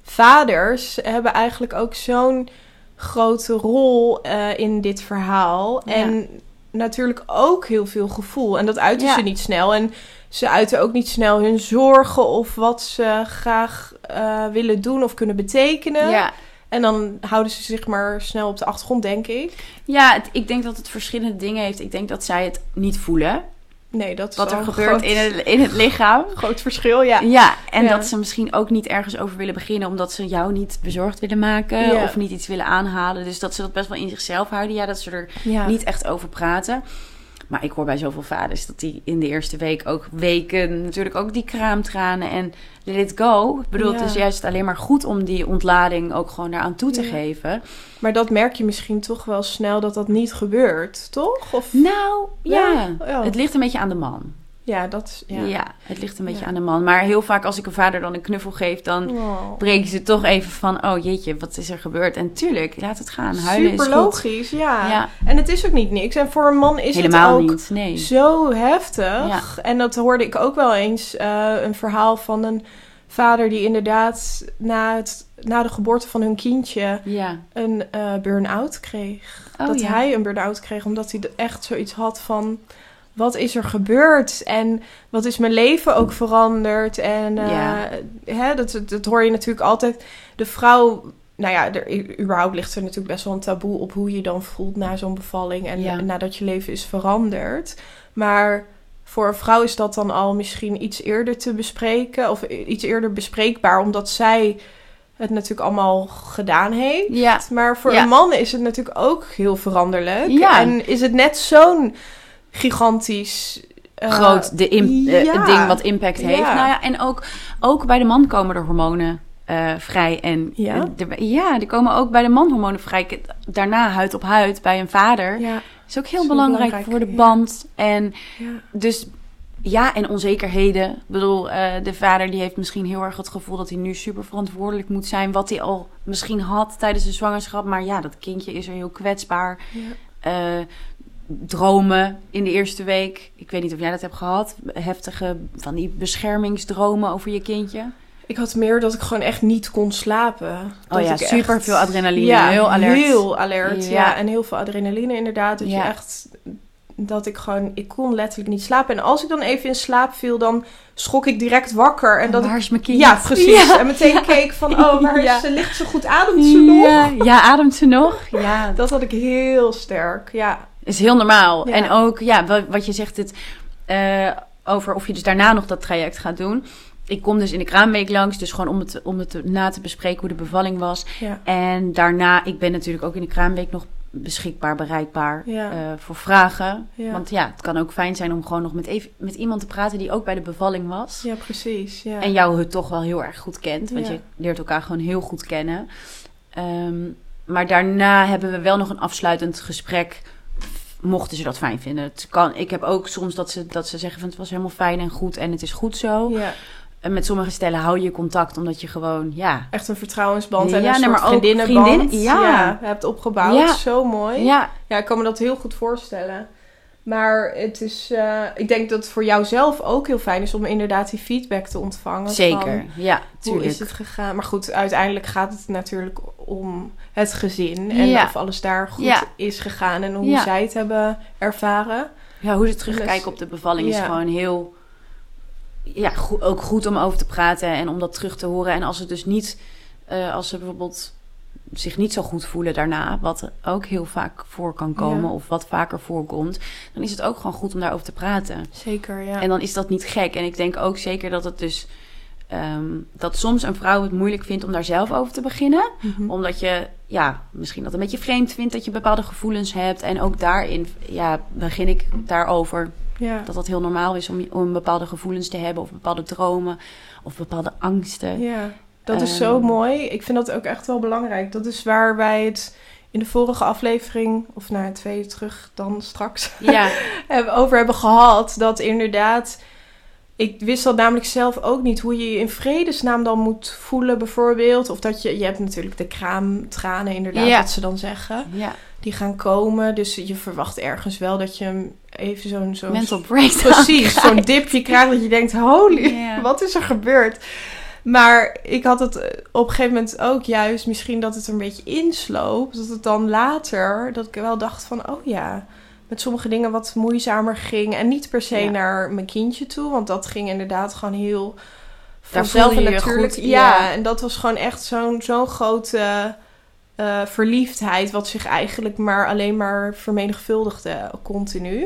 vaders hebben eigenlijk ook zo'n grote rol uh, in dit verhaal. Ja. En natuurlijk ook heel veel gevoel. En dat uiten Ja. ze niet snel. En ze uiten ook niet snel hun zorgen of wat ze graag uh, willen doen of kunnen betekenen. Ja, En dan houden ze zich maar snel op de achtergrond, denk ik. ja het, ik denk dat het verschillende dingen heeft. Ik denk dat zij het niet voelen. Nee, dat is Wat al er een gebeurt groot, in het, in het lichaam. groot verschil, ja. Ja, en Ja. dat ze misschien ook niet ergens over willen beginnen... omdat ze jou niet bezorgd willen maken... Ja. of niet iets willen aanhalen. Dus dat ze dat best wel in zichzelf houden. Ja, dat ze er Ja. niet echt over praten. Maar ik hoor bij zoveel vaders dat die in de eerste week ook weken... natuurlijk ook die kraamtranen en let it go. Ik bedoel, Ja. het is juist alleen maar goed om die ontlading... ook gewoon daaraan toe te Ja. geven. Maar dat merk je misschien toch wel snel dat dat niet gebeurt, toch? Of Nou, ja. Ja, ja. Het ligt een beetje aan de man. ja, dat is... Ja. Ja, het ligt een beetje Ja. aan de man. Maar heel vaak als ik een vader dan een knuffel geef... dan Oh. breken ze toch even van... oh jeetje, wat is er gebeurd? En tuurlijk, laat het gaan. Huilen Super is goed. logisch, ja. Ja. En het is ook niet niks. En voor een man is Helemaal het ook niet, nee. zo heftig. Ja. En dat hoorde ik ook wel eens. Uh, een verhaal van een vader die inderdaad na, het, na de geboorte van hun kindje Ja. een uh, burn-out kreeg. Oh, dat ja. hij een burn-out kreeg omdat hij echt zoiets had van... Wat is er gebeurd? En wat is mijn leven ook veranderd? En uh, Ja. hè, dat, dat hoor je natuurlijk altijd. De vrouw... Nou ja, er, überhaupt ligt er natuurlijk best wel een taboe op hoe je dan voelt na zo'n bevalling. En Ja. nadat je leven is veranderd. Maar voor een vrouw is dat dan al misschien iets eerder te bespreken. Of iets eerder bespreekbaar. Omdat zij het natuurlijk allemaal gedaan heeft. Ja. Maar voor Ja. een man is het natuurlijk ook heel veranderlijk. Ja. En is het net zo'n gigantisch... Uh, Groot de im- uh, ja. ding wat impact heeft. Ja. Nou ja, en ook, ook bij de man komen er hormonen uh, vrij. En Ja? uh, er, ja, er komen ook bij de man hormonen vrij. Daarna huid op huid bij een vader. Ja. Is ook heel Is heel belangrijk, belangrijk, voor de ja. band. En Ja. dus ja, en onzekerheden. Ik bedoel, uh, de vader die heeft misschien heel erg het gevoel dat hij nu super verantwoordelijk moet zijn. Wat hij al misschien had tijdens de zwangerschap. Maar ja, dat kindje is er heel kwetsbaar. Ja. Uh, dromen in de eerste week. Ik weet niet of jij dat hebt gehad. Heftige van die beschermingsdromen over je kindje. Ik had meer dat ik gewoon echt niet kon slapen. Dat Oh ja, ik super echt- veel adrenaline. Ja, heel alert. Heel alert, ja. Ja. En heel veel adrenaline inderdaad. Dat Ja. je echt... Dat ik gewoon... Ik kon letterlijk niet slapen. En als ik dan even in slaap viel, dan schrok ik direct wakker. En dat Waar ik, is mijn kind? ja, precies. Ja. En meteen keek van, oh, waar is Ja. ze? Ligt ze goed? Ademt ze nog? Ja, ja, ademt ze nog? Ja, Dat had ik heel sterk, ja. is heel normaal. Ja. En ook, ja, wat, wat je zegt, het, uh, over of je dus daarna nog dat traject gaat doen. Ik kom dus in de kraamweek langs, dus gewoon om het, om het na te bespreken hoe de bevalling was. Ja. En daarna, ik ben natuurlijk ook in de kraamweek nog beschikbaar, bereikbaar Ja. uh, voor vragen. Ja. Want ja, het kan ook fijn zijn om gewoon nog met, even, met iemand te praten die ook bij de bevalling was. Ja, precies. Ja. En jou het toch wel heel erg goed kent. Want Ja. je leert elkaar gewoon heel goed kennen. Um, maar daarna hebben we wel nog een afsluitend gesprek. Mochten ze dat fijn vinden. Het kan, ik heb ook soms dat ze, dat ze zeggen van het was helemaal fijn en goed. En het is goed zo. Ja. En met sommige stellen hou je contact. Omdat je gewoon, ja... Echt een vertrouwensband en Ja, een nee, soort maar ook vriendinnenband. vriendinnen, ja. hebt opgebouwd. Ja. Zo mooi. Ja, Ja, ik kan me dat heel goed voorstellen. Maar het is, uh, ik denk dat het voor jou zelf ook heel fijn is om inderdaad die feedback te ontvangen. zeker. Van, Ja, hoe tuurlijk. is het gegaan? Maar goed, uiteindelijk gaat het natuurlijk om het gezin. En Ja. of alles daar goed Ja. is gegaan en hoe Ja. zij het hebben ervaren. Ja, hoe ze terugkijken Dus, op de bevalling is ja. gewoon heel... Ja, go- ook goed om over te praten en om dat terug te horen. En als het dus niet... Uh, als ze bijvoorbeeld zich niet zo goed voelen daarna... wat ook heel vaak voor kan komen... Ja. of wat vaker voorkomt... dan is het ook gewoon goed om daarover te praten. Zeker, ja. En dan is dat niet gek. En ik denk ook zeker dat het dus... Um, dat soms een vrouw het moeilijk vindt om daar zelf over te beginnen. Mhm. Omdat je, ja, misschien dat een beetje vreemd vindt... dat je bepaalde gevoelens hebt. En ook daarin, ja, begin ik daarover... Ja. Dat dat heel normaal is om, om bepaalde gevoelens te hebben... of bepaalde dromen of bepaalde angsten. Ja, dat is Um, zo mooi. Ik vind dat ook echt wel belangrijk. Dat is waar wij het in de vorige aflevering... of nou, twee terug dan straks... Ja, over hebben gehad. Dat inderdaad... Ik wist dat namelijk zelf ook niet. Hoe je je in vredesnaam dan moet voelen bijvoorbeeld. Of dat je... Je hebt natuurlijk de kraamtranen inderdaad, Ja. wat ze dan zeggen. ja. Die gaan komen. Dus je verwacht ergens wel dat je even zo'n... zo'n Mental breakdown. Precies, zo'n dipje krijgt dat je denkt... Holy, Ja. wat is er gebeurd? Maar ik had het op een gegeven moment ook juist... Misschien dat het er een beetje insloop. Dat het dan later... Dat ik wel dacht van... Oh ja... Met sommige dingen wat moeizamer ging. En niet per se Ja. naar mijn kindje toe. Want dat ging inderdaad gewoon heel... Daar vanzelf voelde je en je natuurlijk. goed, Ja, ja. en dat was gewoon echt zo'n zo'n grote... Uh, verliefdheid, wat zich eigenlijk maar alleen maar vermenigvuldigde continu.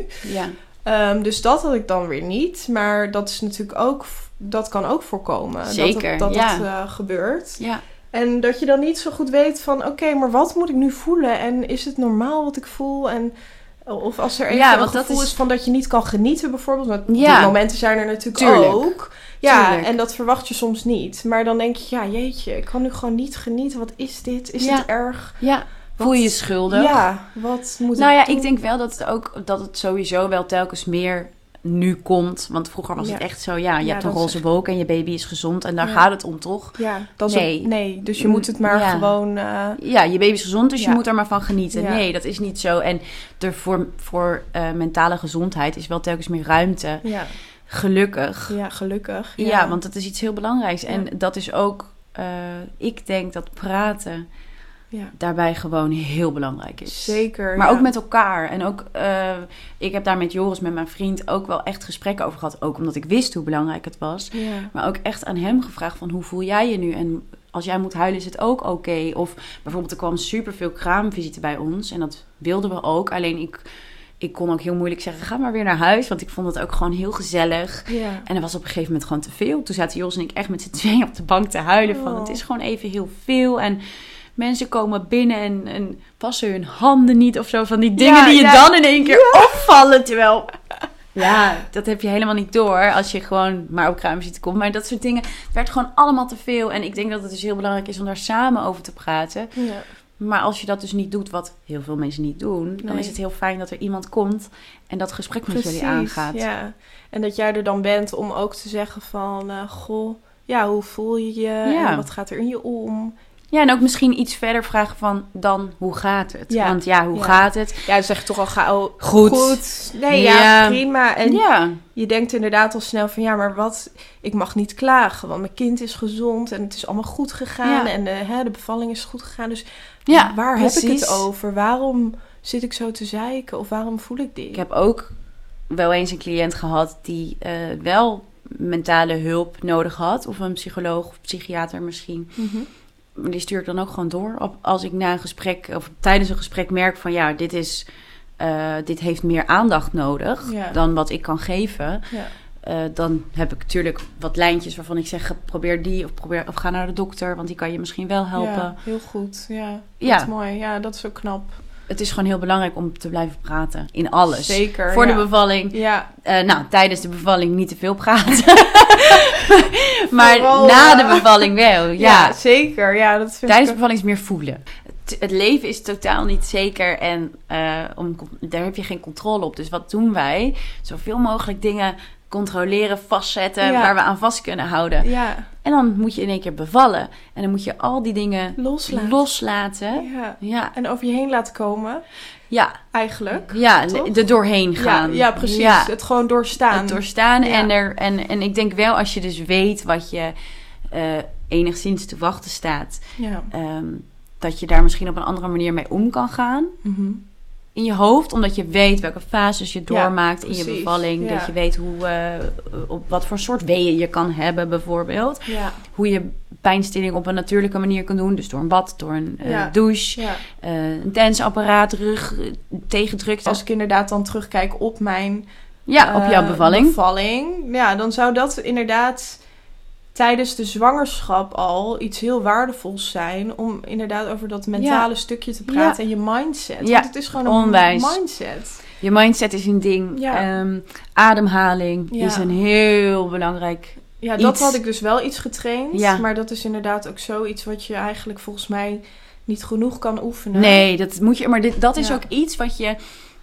Ja. Um, dus dat had ik dan weer niet. Maar dat is natuurlijk ook, dat kan ook voorkomen. Zeker, dat het, dat ja. het uh, gebeurt. Ja. En dat je dan niet zo goed weet van, oké, okay, maar wat moet ik nu voelen? En is het normaal wat ik voel? En of als er even Ja, een want dat gevoel is... is van dat je niet kan genieten bijvoorbeeld. Want Ja. die momenten zijn er natuurlijk Tuurlijk. ook. Ja, Tuurlijk. en dat verwacht je soms niet. Maar dan denk je, ja, jeetje, ik kan nu gewoon niet genieten. Wat is dit? Is Ja. het erg? Ja. Voel je je schuldig? Ja, wat moet Nou ik ja, doen? ik denk wel dat het ook dat het sowieso wel telkens meer nu komt. Want vroeger was Ja. het echt zo, ja, je Ja, hebt een dat roze is- wolk en je baby is gezond en daar Ja. gaat het om, toch? Ja, dat is Nee. ook- nee, dus je moet het maar Ja. gewoon... uh, Ja, je baby is gezond, dus Ja. je moet er maar van genieten. Ja. Nee, dat is niet zo. En er voor, voor uh, mentale gezondheid is wel telkens meer ruimte. ja, gelukkig. Ja, gelukkig. Ja, Ja, want dat is iets heel belangrijks. Ja. En dat is ook, uh, ik denk dat praten ja. daarbij gewoon heel belangrijk is. Zeker. Maar ja. ook met elkaar. En ook, uh, ik heb daar met Joris, met mijn vriend, ook wel echt gesprekken over gehad. Ook omdat ik wist hoe belangrijk het was. Ja. Maar ook echt aan hem gevraagd van, hoe voel jij je nu? En als jij moet huilen, is het ook oké. Okay. Of bijvoorbeeld, er kwam superveel kraamvisite bij ons. En dat wilden we ook. Alleen ik, ik kon ook heel moeilijk zeggen, ga maar weer naar huis. Want ik vond het ook gewoon heel gezellig. Ja. En dat was op een gegeven moment gewoon te veel. Toen zaten Jos en ik echt met z'n tweeën op de bank te huilen. Van, Oh. het is gewoon even heel veel. En mensen komen binnen en, en wassen hun handen niet of zo. Van die dingen Ja, die je ja. dan in één keer opvallen. Terwijl, ja, dat heb je helemaal niet door als je gewoon maar op kraamvisite komt. Maar dat soort dingen, het werd gewoon allemaal te veel. En ik denk dat het dus heel belangrijk is om daar samen over te praten. Ja. Maar als je dat dus niet doet, wat heel veel mensen niet doen, dan Nee. is het heel fijn dat er iemand komt en dat gesprek met Precies, jullie aangaat. Ja. En dat jij er dan bent om ook te zeggen van, uh, goh, ja, hoe voel je je? Ja. En wat gaat er in je om? Ja, en ook misschien iets verder vragen van dan, hoe gaat het? Ja. Want ja, hoe Ja. gaat het? Ja, dan zeg je toch al gauw Goed. goed. Nee, ja, Ja. prima. En Ja, je denkt inderdaad al snel van, ja, maar wat? Ik mag niet klagen, want mijn kind is gezond en het is allemaal goed gegaan. Ja. En de, hè, de bevalling is goed gegaan. Dus ja waar heb ik precies. het over? Waarom zit ik zo te zeiken? Of waarom voel ik dit? Ik heb ook wel eens een cliënt gehad die uh, wel mentale hulp nodig had. Of een psycholoog of psychiater misschien. Mhm. Maar die stuur ik dan ook gewoon door. Op, als ik na een gesprek of tijdens een gesprek merk van ja, dit is uh, dit heeft meer aandacht nodig Ja. dan wat ik kan geven. Ja. Uh, dan heb ik natuurlijk wat lijntjes waarvan ik zeg, probeer die of, probeer, of ga naar de dokter, want die kan je misschien wel helpen. Ja, heel goed. Ja, dat Ja. is mooi. Ja, dat is ook knap. Het is gewoon heel belangrijk om te blijven praten in alles. Zeker, Voor ja. de bevalling. Ja, Uh, nou, tijdens de bevalling niet te veel praten. maar Vooral, na uh, de bevalling wel. Ja. ja, zeker. Ja, dat vind Tijdens ik de bevalling is meer voelen. Het, het leven is totaal niet zeker en uh, om, daar heb je geen controle op. Dus wat doen wij? Zoveel mogelijk dingen controleren, vastzetten, Ja. waar we aan vast kunnen houden. ook- Ja, En dan moet je in één keer bevallen. En dan moet je al die dingen loslaten. loslaten. Ja. Ja, En over je heen laten komen, ja, eigenlijk. ja, Toch? er doorheen gaan. Ja, ja precies. Ja. Het gewoon doorstaan. Het doorstaan. Ja. En, er, en, en ik denk wel, als je dus weet wat je uh, enigszins te wachten staat, Ja. um, dat je daar misschien op een andere manier mee om kan gaan. Mhm. In je hoofd, omdat je weet welke fases je Ja, doormaakt in je precies. bevalling. Ja. Dat je weet hoe, uh, op wat voor soort weeën je kan hebben, bijvoorbeeld. Ja. Hoe je pijnstilling op een natuurlijke manier kan doen. Dus door een bad, door een uh, Ja. douche, Ja. uh, een tensapparaat, rug, uh, tegendrukte. Als ik inderdaad dan terugkijk op mijn Ja, op jouw eh, bevalling. bevalling. Ja, dan zou dat inderdaad tijdens de zwangerschap al iets heel waardevols zijn. Om inderdaad over dat mentale stukje te praten en je mindset. Ja, Want het is gewoon een onwijs. mindset. Je mindset is een ding. Ja. Um, ademhaling Ja. is een heel belangrijk. Ja, dat Iets. had ik dus wel iets getraind. Ja. Maar dat is inderdaad ook zoiets wat je eigenlijk volgens mij niet genoeg kan oefenen. Nee, dat moet je. Maar dit, dat is Ja. ook iets wat je.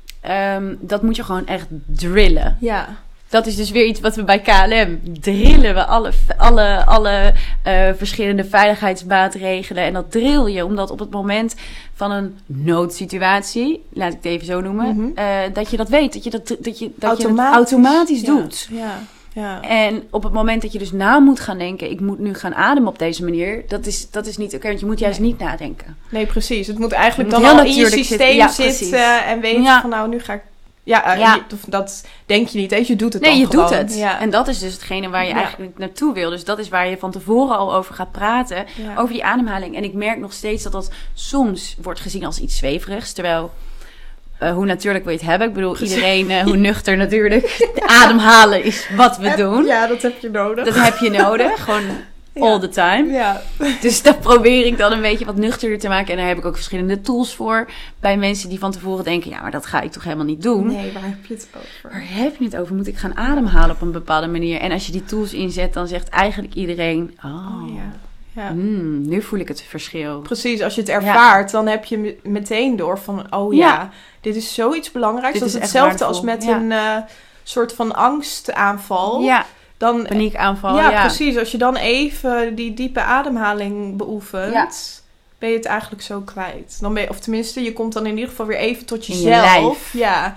Um, dat moet je gewoon echt drillen. Ja, Dat is dus weer iets wat we bij K L M drillen. We alle, alle, alle uh, verschillende veiligheidsmaatregelen. En dat drill je, omdat op het moment van een noodsituatie, laat ik het even zo noemen, Mhm. uh, dat je dat weet. Dat je dat, dat, je, dat je het Automatisch. automatisch Ja. doet. ja, ja. En op het moment dat je dus na moet gaan denken, ik moet nu gaan ademen op deze manier, dat is, dat is niet oké, okay, want je moet juist Nee. niet nadenken. Nee, precies. Het moet eigenlijk Het moet dan heel al in je natuurlijk systeem zitten. Ja, zitten. precies. En weten Ja. van nou, nu ga ik... Ja, uh, Ja. je- dat denk je niet eens. Je doet het Nee, dan je gewoon. doet het. Ja. En dat is dus hetgene waar je Ja. eigenlijk naartoe wil. Dus dat is waar je van tevoren al over gaat praten. Ja. Over die ademhaling. En ik merk nog steeds dat dat soms wordt gezien als iets zweverigs. Terwijl, uh, hoe natuurlijk wil je het hebben? Ik bedoel, Precies. iedereen, uh, hoe nuchter natuurlijk. Ademhalen is wat we doen. Ja, dat heb je nodig. Dat heb je nodig. Gewoon Ja. all the time. Ja. Dus dat probeer ik dan een beetje wat nuchterder te maken. En daar heb ik ook verschillende tools voor. Bij mensen die van tevoren denken, ja, maar dat ga ik toch helemaal niet doen. Nee, waar heb je het over? Waar heb je het over? Moet ik gaan ademhalen op een bepaalde manier? En als je die tools inzet, dan zegt eigenlijk iedereen, oh, Oh, ja. Ja. mm, nu voel ik het verschil. Precies, als je het ervaart, dan heb je me- meteen door van... Oh ja, Ja. dit is zoiets belangrijks. Dit Dat is is echt hetzelfde als waardevol. met Ja. een uh, soort van angstaanval. Ja, Dan, paniekaanval. ja, Ja, precies. Als je dan even die diepe ademhaling beoefent... Ja. ben je het eigenlijk zo kwijt. Dan ben je, of tenminste, je komt dan in ieder geval weer even tot In je jezelf. lijf. Ja.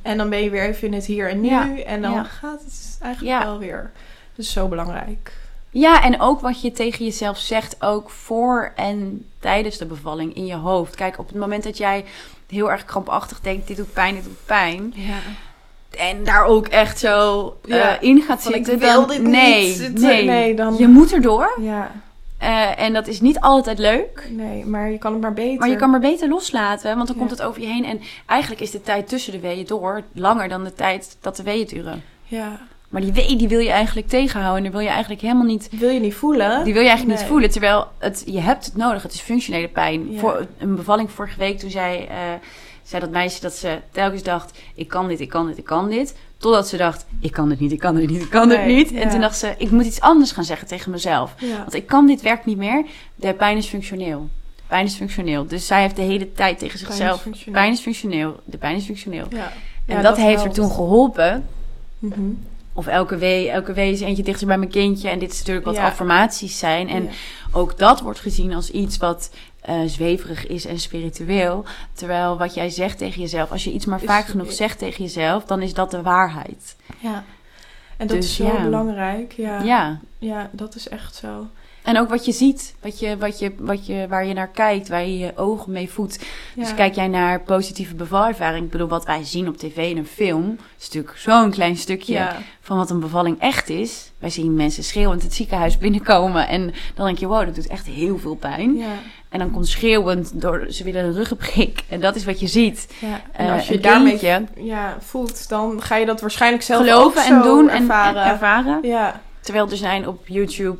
En dan ben je weer even in het hier en nu. Ja. En dan Ja. gaat het eigenlijk Ja. wel weer. Dat is zo belangrijk. Ja, en ook wat je tegen jezelf zegt, ook voor en tijdens de bevalling in je hoofd. Kijk, op het moment dat jij heel erg krampachtig denkt, dit doet pijn, dit doet pijn. Ja. En daar ook echt zo uh, Ja, in gaat van, zitten. ik wil dan, dit nee, niet. Het- nee, nee, dan- Je moet erdoor. Ja, Uh, en dat is niet altijd leuk. nee, maar je kan het maar beter. Maar je kan maar beter loslaten, want dan Ja. komt het over je heen. En eigenlijk is de tijd tussen de weeën door langer dan de tijd dat de weeën duren. Ja. Maar die wee, die wil je eigenlijk tegenhouden. En die wil je eigenlijk helemaal niet... Wil je niet voelen? Die wil je eigenlijk Nee. niet voelen. Terwijl het, je hebt het nodig. Het is functionele pijn. Ja. Voor een bevalling vorige week, toen zei, uh, zei dat meisje dat ze telkens dacht... Ik kan dit, ik kan dit, ik kan dit. Totdat ze dacht, ik kan dit niet, ik kan dit niet, ik kan dit Nee, niet. ja. En toen dacht ze, ik moet iets anders gaan zeggen tegen mezelf. Ja. Want ik kan dit werk niet meer. De pijn is functioneel. Pijn is functioneel. Dus zij heeft de hele tijd tegen Pijn is zichzelf... functioneel. Pijn is functioneel. De pijn is functioneel. Ja. En Ja, dat, heeft helpt. er toen geholpen. Mhm. Of elke wee, elke wee is eentje dichter bij mijn kindje. En dit is natuurlijk wat Ja. affirmaties zijn. En Ja. ook dat wordt gezien als iets wat uh, zweverig is en spiritueel. Terwijl wat jij zegt tegen jezelf... Als je iets maar Is- vaak genoeg zegt tegen jezelf... dan is dat de waarheid. Ja. En dat Dus is zo ja. belangrijk. Ja. Ja. Ja, dat is echt zo. En ook wat je ziet. Wat je, wat je, wat je, waar je naar kijkt. Waar je je ogen mee voedt. Ja. Dus kijk jij naar positieve bevalervaring. Ik bedoel, wat wij zien op tv in een film... is natuurlijk zo'n klein stukje... Ja. van wat een bevalling echt is. Wij zien mensen schreeuwend het ziekenhuis binnenkomen. En dan denk je, wow, dat doet echt heel veel pijn. Ja. En dan komt schreeuwend door, ze willen een ruggenprik. En dat is wat je ziet. Ja. En Eh, als je een daarmee kindje ja, voelt, dan ga je dat waarschijnlijk zelf geloven ook en zo doen en ervaren. en ervaren. Ja. Terwijl er zijn op YouTube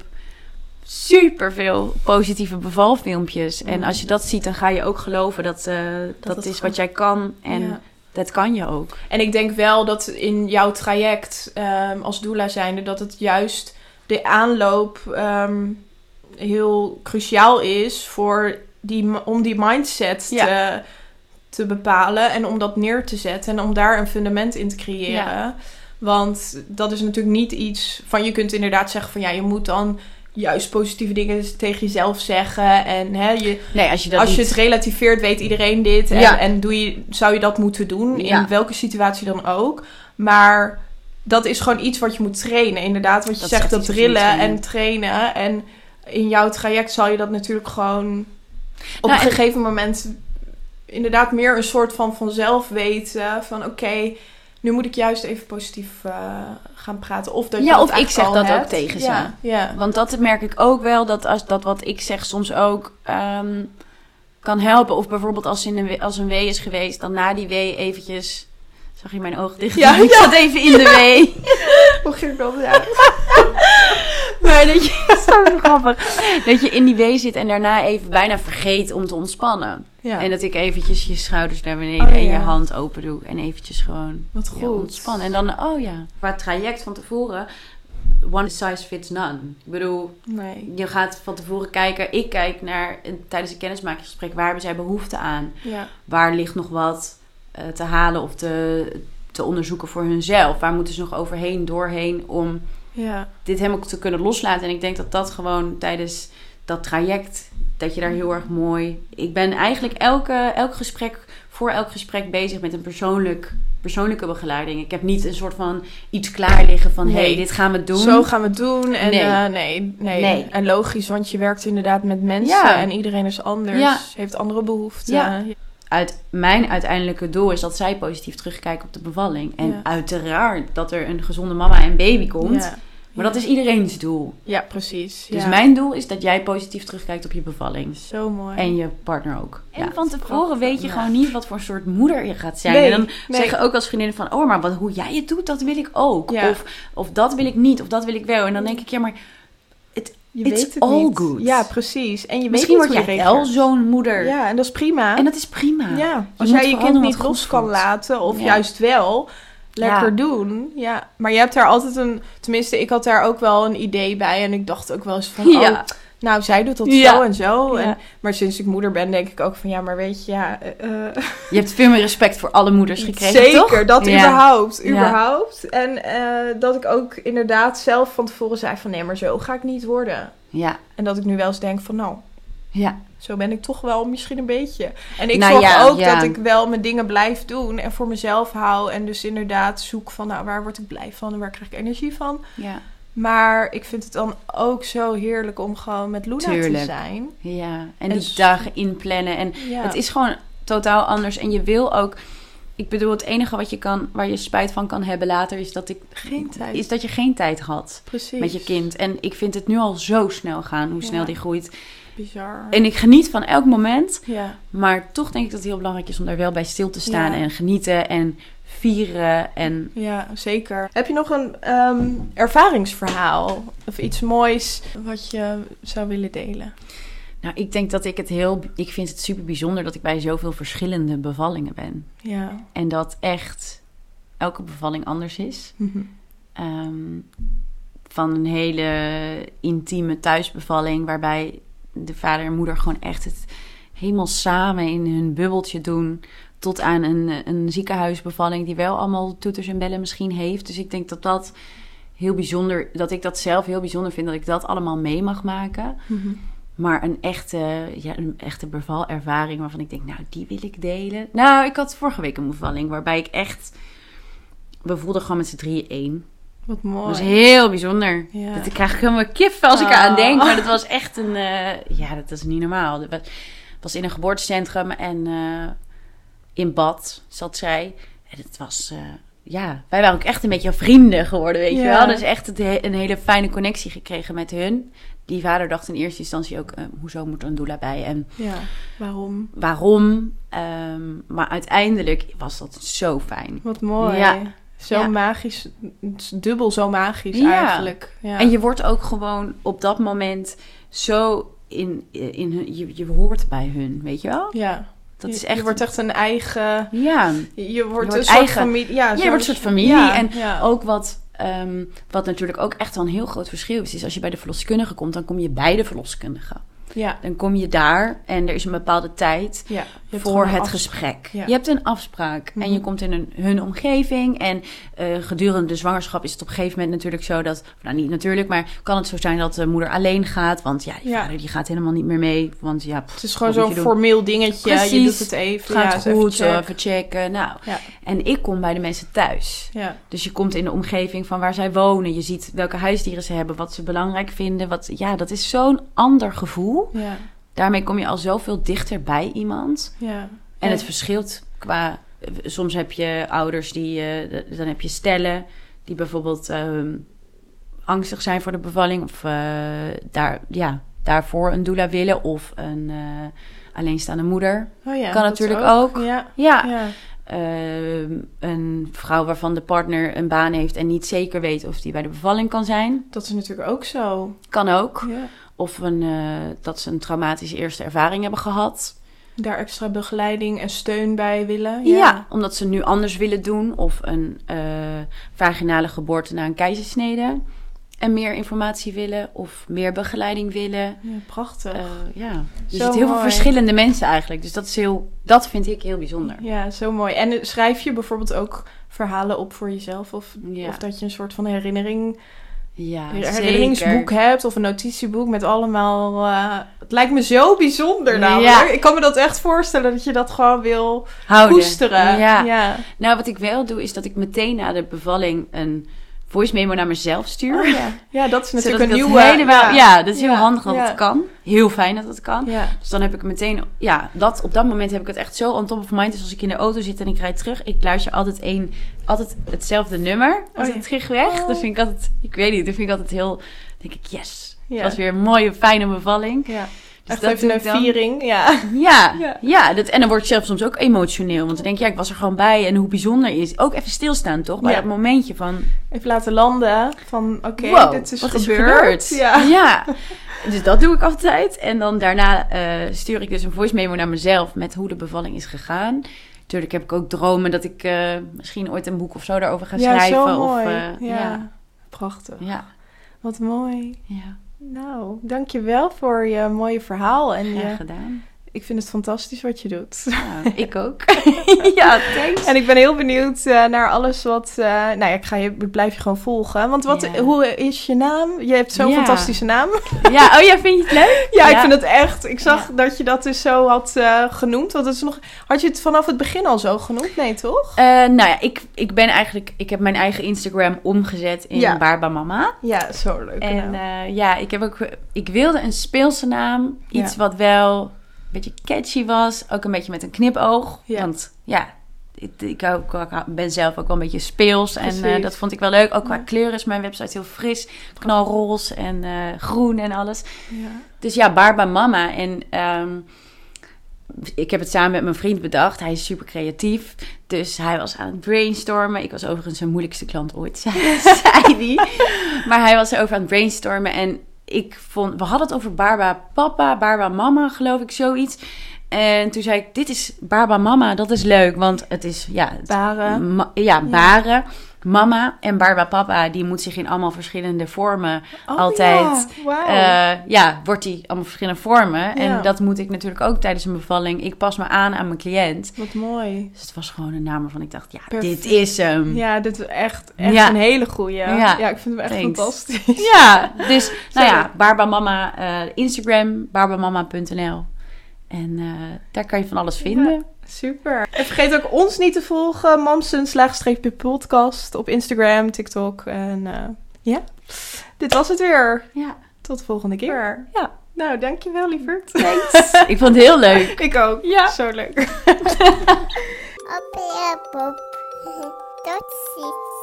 superveel positieve bevalfilmpjes. En Mm. als je dat ziet, dan ga je ook geloven dat uh, dat, het is kan. wat jij kan. En Ja. dat kan je ook. En ik denk wel dat in jouw traject um, als doula zijnde... dat het juist de aanloop um, heel cruciaal is... Voor die, om die mindset Ja. te, te bepalen... en om dat neer te zetten... en om daar een fundament in te creëren. Ja. Want dat is natuurlijk niet iets van... je kunt inderdaad zeggen van... ja, je moet dan juist positieve dingen tegen jezelf zeggen... en hè, je... Nee, als je dat Als je niet... het relativeert, weet iedereen dit. En, Ja. en doe je, zou je dat moeten doen, in Ja. welke situatie dan ook. Maar dat is gewoon iets wat je moet trainen. Inderdaad, wat je Dat is zegt, echt dat iets wat je moet drillen trainen. en trainen. En in jouw traject zal je dat natuurlijk gewoon... op Nou, een en- gegeven moment inderdaad meer een soort van vanzelf weten. Van oké, okay, nu moet ik juist even positief uh, gaan praten. Of dat je Ja, dat of ik eigenlijk zeg al dat ook hebt. tegen ze. Ja, ja. Want dat merk ik ook wel, dat als dat wat ik zeg soms ook um, kan helpen. Of bijvoorbeeld als, in een, we- als een wee is geweest, dan na die wee eventjes... Zag je mijn ogen dicht? Ja, ik ja. zat even in de wee. Hoe ging dat? Ja. Maar dat je, zo grappig. Dat je in die wee zit en daarna even bijna vergeet om te ontspannen. Ja. En dat ik eventjes je schouders naar beneden Oh, en je ja. hand open doe. En eventjes gewoon Wat ja, goed. ontspannen. En dan, oh ja. Qua traject van tevoren, one size fits none. Ik bedoel, Nee. je gaat van tevoren kijken. Ik kijk naar een, tijdens een kennismakingsgesprek. Waar hebben zij behoefte aan? Ja. Waar ligt nog wat uh, te halen of te, te onderzoeken voor hunzelf? Waar moeten ze nog overheen, doorheen om Ja. dit helemaal te kunnen loslaten? En ik denk dat dat gewoon tijdens dat traject, dat je daar heel erg mooi... Ik ben eigenlijk elke, elk gesprek, voor elk gesprek bezig met een persoonlijk, persoonlijke begeleiding. Ik heb niet een soort van iets klaar liggen van... Nee. hey, dit gaan we doen. Zo gaan we het doen. En Nee. nee. nee, nee. Nee. En logisch, want je werkt inderdaad met mensen. Ja. En iedereen is anders. Ja. Heeft andere behoeften. Ja. Uit mijn uiteindelijke doel is dat zij positief terugkijken op de bevalling. En Ja. uiteraard dat er een gezonde mama en baby komt. Ja. Maar dat is iedereen's doel. Ja, precies. Dus ja. mijn doel is dat jij positief terugkijkt op je bevalling. Zo mooi. En je partner ook. En Ja, van dat is tevoren prachtig. weet je Ja. gewoon niet wat voor soort moeder je gaat zijn. Nee, en dan nee. zeggen ook als vriendinnen van... oh, maar wat, hoe jij het doet, dat wil ik ook. Ja. Of, of dat wil ik niet, of dat wil ik wel. En dan denk ik, ja, maar je it's weet het all niet. good. Ja, precies. En je misschien weet word niet hoe je jij wel reageert. zo'n moeder. Ja, en dat is prima. En dat is prima. ja. Als moet jij je vooral kind doen niet wat los goed kan voelt. laten, of Ja. juist wel, lekker Ja. doen. Ja. Maar je hebt daar altijd een... Tenminste, ik had daar ook wel een idee bij. En ik dacht ook wel eens van... Ja. Oh, nou, zij doet dat Ja. zo en zo. Ja. En, maar sinds ik moeder ben, denk ik ook van... Ja, maar weet je, ja... eh, eh, Je hebt veel meer respect voor alle moeders gekregen, Zeker, toch? dat Ja. überhaupt. Ja. überhaupt. En eh, dat ik ook inderdaad zelf van tevoren zei van... Nee, maar zo ga ik niet worden. Ja, En dat ik nu wel eens denk van... Nou, Ja. Zo ben ik toch wel misschien een beetje. En ik Nou zorg ja, ook ja. dat ik wel mijn dingen blijf doen en voor mezelf hou. En dus inderdaad zoek van, nou, waar word ik blij van en waar krijg ik energie van. Ja. Maar ik vind het dan ook zo heerlijk om gewoon met Luna Tuurlijk. te zijn. Ja, en En die s- dagen inplannen. En Ja. het is gewoon totaal anders. En je wil ook... Ik bedoel, het enige wat je kan, waar je spijt van kan hebben later... is dat, ik, Geen tijd. is dat je geen tijd had Precies. met je kind. En ik vind het nu al zo snel gaan, hoe Ja. snel die groeit. Bizar. En ik geniet van elk moment. Ja. Maar toch denk ik dat het heel belangrijk is om daar wel bij stil te staan. Ja. En genieten en vieren. En Ja, zeker. Heb je nog een ehm, ervaringsverhaal of iets moois wat je zou willen delen? nou, ik denk dat ik het heel... Ik vind het super bijzonder dat ik bij zoveel verschillende bevallingen ben. Ja. En dat echt elke bevalling anders is. Mhm. Ehm, van een hele intieme thuisbevalling... waarbij de vader en moeder gewoon echt het helemaal samen in hun bubbeltje doen... tot aan een, een ziekenhuisbevalling die wel allemaal toeters en bellen misschien heeft. Dus ik denk dat dat heel bijzonder... dat ik dat zelf heel bijzonder vind... dat ik dat allemaal mee mag maken. Mhm. Maar een echte, ja, een echte bevalervaring waarvan ik denk... nou, die wil ik delen. Nou, ik had vorige week een bevalling waarbij ik echt... we voelden gewoon met z'n drieën één. Wat mooi. Dat was heel bijzonder. Ja. Dat ik krijg helemaal kiffen als ik Oh. eraan denk. Maar dat was echt een... eh, ja, dat is niet normaal. Het was, was in een geboortecentrum en eh, in bad zat zij. En het was... eh, ja, wij waren ook echt een beetje vrienden geworden, weet je Ja. wel. Dus echt het he- een hele fijne connectie gekregen met hun. Die vader dacht in eerste instantie ook... eh, hoezo moet er een doula bij? En Ja, waarom? waarom? Ehm, maar uiteindelijk was dat zo fijn. Wat mooi. Ja. Zo Ja. magisch. Het is dubbel zo magisch Ja. eigenlijk. Ja. En je wordt ook gewoon op dat moment zo in, in hun... Je, je hoort bij hun, weet je wel? Ja. Dat je, is echt... je wordt echt een eigen... Ja, Je wordt, wordt een soort eigen. familie. Ja, je zo- wordt een soort familie. Ja, en ja. ook wat... ehm, wat natuurlijk ook echt wel een heel groot verschil is... is als je bij de verloskundige komt... dan kom je bij de verloskundige. Ja. Dan kom je daar en er is een bepaalde tijd... Ja. Je hebt voor gewoon het af- gesprek. Ja. Je hebt een afspraak en je Mhm. komt in een, hun omgeving. En eh, gedurende de zwangerschap is het op een gegeven moment natuurlijk zo dat... Nou, niet natuurlijk, maar kan het zo zijn dat de moeder alleen gaat. Want ja, die Ja. vader die gaat helemaal niet meer mee. Want ja, pff, Het is gewoon wat moet zo'n je doen? formeel dingetje. Je Precies. doet het even. Gaat ja, het eens goed, even even, check. checken. Nou, Ja. en ik kom bij de mensen thuis. Ja. Dus je komt in de omgeving van waar zij wonen. Je ziet welke huisdieren ze hebben, wat ze belangrijk vinden. Wat, ja, dat is zo'n ander gevoel. Ja. Daarmee kom je al zoveel dichter bij iemand. Ja. En het verschilt qua... Soms heb je ouders die... eh, dan heb je stellen die bijvoorbeeld ehm, angstig zijn voor de bevalling. Of eh, daar, ja, daarvoor een doula willen. Of een eh, alleenstaande moeder. Oh ja, Kan dat natuurlijk is ook. Ja. Ja, Ja. ehm, een vrouw waarvan de partner een baan heeft... en niet zeker weet of die bij de bevalling kan zijn. Dat is natuurlijk ook zo. Kan ook. Ja. Of een, eh, dat ze een traumatische eerste ervaring hebben gehad. Daar extra begeleiding en steun bij willen. Ja. Ja. Omdat ze nu anders willen doen. Of een eh, vaginale geboorte na een keizersnede. En meer informatie willen. Of meer begeleiding willen. Ja, prachtig. Eh, ja. Er Zo zitten heel veel mooi. verschillende mensen eigenlijk. Dus dat, is heel, dat vind ik heel bijzonder. Ja, zo mooi. En eh, schrijf je bijvoorbeeld ook verhalen op voor jezelf? Of, Ja. of dat je een soort van herinnering, Ja, herinneringsboek zeker. hebt of een notitieboek met allemaal... eh, het lijkt me zo bijzonder namelijk. Ja. Ik kan me dat echt voorstellen dat je dat gewoon wil Houden. koesteren. Ja. Ja. Nou, wat ik wel doe, is dat ik meteen na de bevalling een voice memo naar mezelf stuur. Oh, ja. ja, dat is Zodat natuurlijk een ik dat nieuwe... helemaal- ja. dat is heel Ja. handig dat Ja. het kan. Heel fijn dat het kan. Ja. Dus dan heb ik het meteen... Ja, dat, op dat moment heb ik het echt zo on top of mind. Dus als ik in de auto zit en ik rijd terug... Ik luister altijd, één, altijd hetzelfde nummer. Als Oh, ja. ik terug weg. Oh. Dat vind ik altijd... Ik weet niet, dat vind ik altijd heel... denk ik, yes. Ja. Het was weer een mooie, fijne bevalling. Ja. Dus Echt dat even doe een ik dan. viering. Ja. Ja, Ja. ja. dat, en dan word ik zelf soms ook emotioneel. Want dan denk je, ja, ik was er gewoon bij. En hoe bijzonder is. Ook even stilstaan, toch? Bij Ja. dat momentje van... Even laten landen van oké, wow, dit is wat gebeurd. is er gebeurd? Ja. Ja. Dus dat doe ik altijd. En dan daarna eh, stuur ik dus een voice memo naar mezelf met hoe de bevalling is gegaan. Natuurlijk heb ik ook dromen dat ik eh, misschien ooit een boek of zo daarover ga Ja, schrijven. zo mooi. Of, eh, ja. ja. Prachtig. Ja. Wat mooi. Ja. Nou, dankjewel voor je mooie verhaal. En Graag je, gedaan. ik vind het fantastisch wat je doet. Nou, ik ook. Ja, thanks. En ik ben heel benieuwd uh, naar alles wat... Uh, nou ja, ik, ga je, ik blijf je gewoon volgen. Want wat, Ja. hoe is je naam? Je hebt zo'n Ja. fantastische naam. Ja, oh ja, vind je het leuk? Ja, Ja. ik vind het echt... Ik zag Ja. dat je dat dus zo had uh, genoemd. Want het is nog... Had je het vanaf het begin al zo genoemd? Nee, toch? Uh, nou ja, ik, ik ben eigenlijk... Ik heb mijn eigen Instagram omgezet in Ja. Barba Mama. Ja, zo leuk. En nou. uh, ja, ik heb ook... Ik wilde een speelse naam. Iets Ja. wat wel een beetje catchy was. Ook een beetje met een knipoog. Ja. Want ja, ik, ik, ook, ik ben zelf ook wel een beetje speels. En uh, Precies. dat vond ik wel leuk. Ook qua Ja. kleur is mijn website heel fris. Knalroze en uh, groen en alles. Ja. Dus ja, Barba Mama. En um, ik heb het samen met mijn vriend bedacht. Hij is super creatief. Dus hij was aan het brainstormen. Ik was overigens zijn moeilijkste klant ooit, zei hij. Maar hij was over aan het brainstormen. En ik vond... We hadden het over Barba Papa, Barba Mama, geloof ik, zoiets. En toen zei ik, dit is Barba Mama, dat is leuk. Want het is, ja... Het, Baren. Ma- ja, baren. Mama en Barba Papa, die moet zich in allemaal verschillende vormen Oh, altijd... Ja. Wauw. Uh, ja, wordt die allemaal verschillende vormen. Ja. En dat moet ik natuurlijk ook tijdens een bevalling. Ik pas me aan aan mijn cliënt. Wat mooi. Dus het was gewoon een naam waarvan ik dacht, ja, Perfect. dit is hem. Ja, Ja, dit is echt, echt Ja. een hele goeie. Ja. Ja, ik vind hem echt Thanks. fantastisch. dus nou Sorry. ja, Barba Mama, uh, Instagram, barbamama punt n l. En uh, daar kan je van alles vinden. Ja. Super. En vergeet ook ons niet te volgen. Mamsen slaagstreepje podcast op Instagram, TikTok. En uh, ja, dit was het weer. Ja. Tot de volgende keer. Ja. Nou, dankjewel lieverd. Thanks. Ik vond het heel leuk. Ik ook. Ja. Zo leuk. Op je pop. Tot ziens.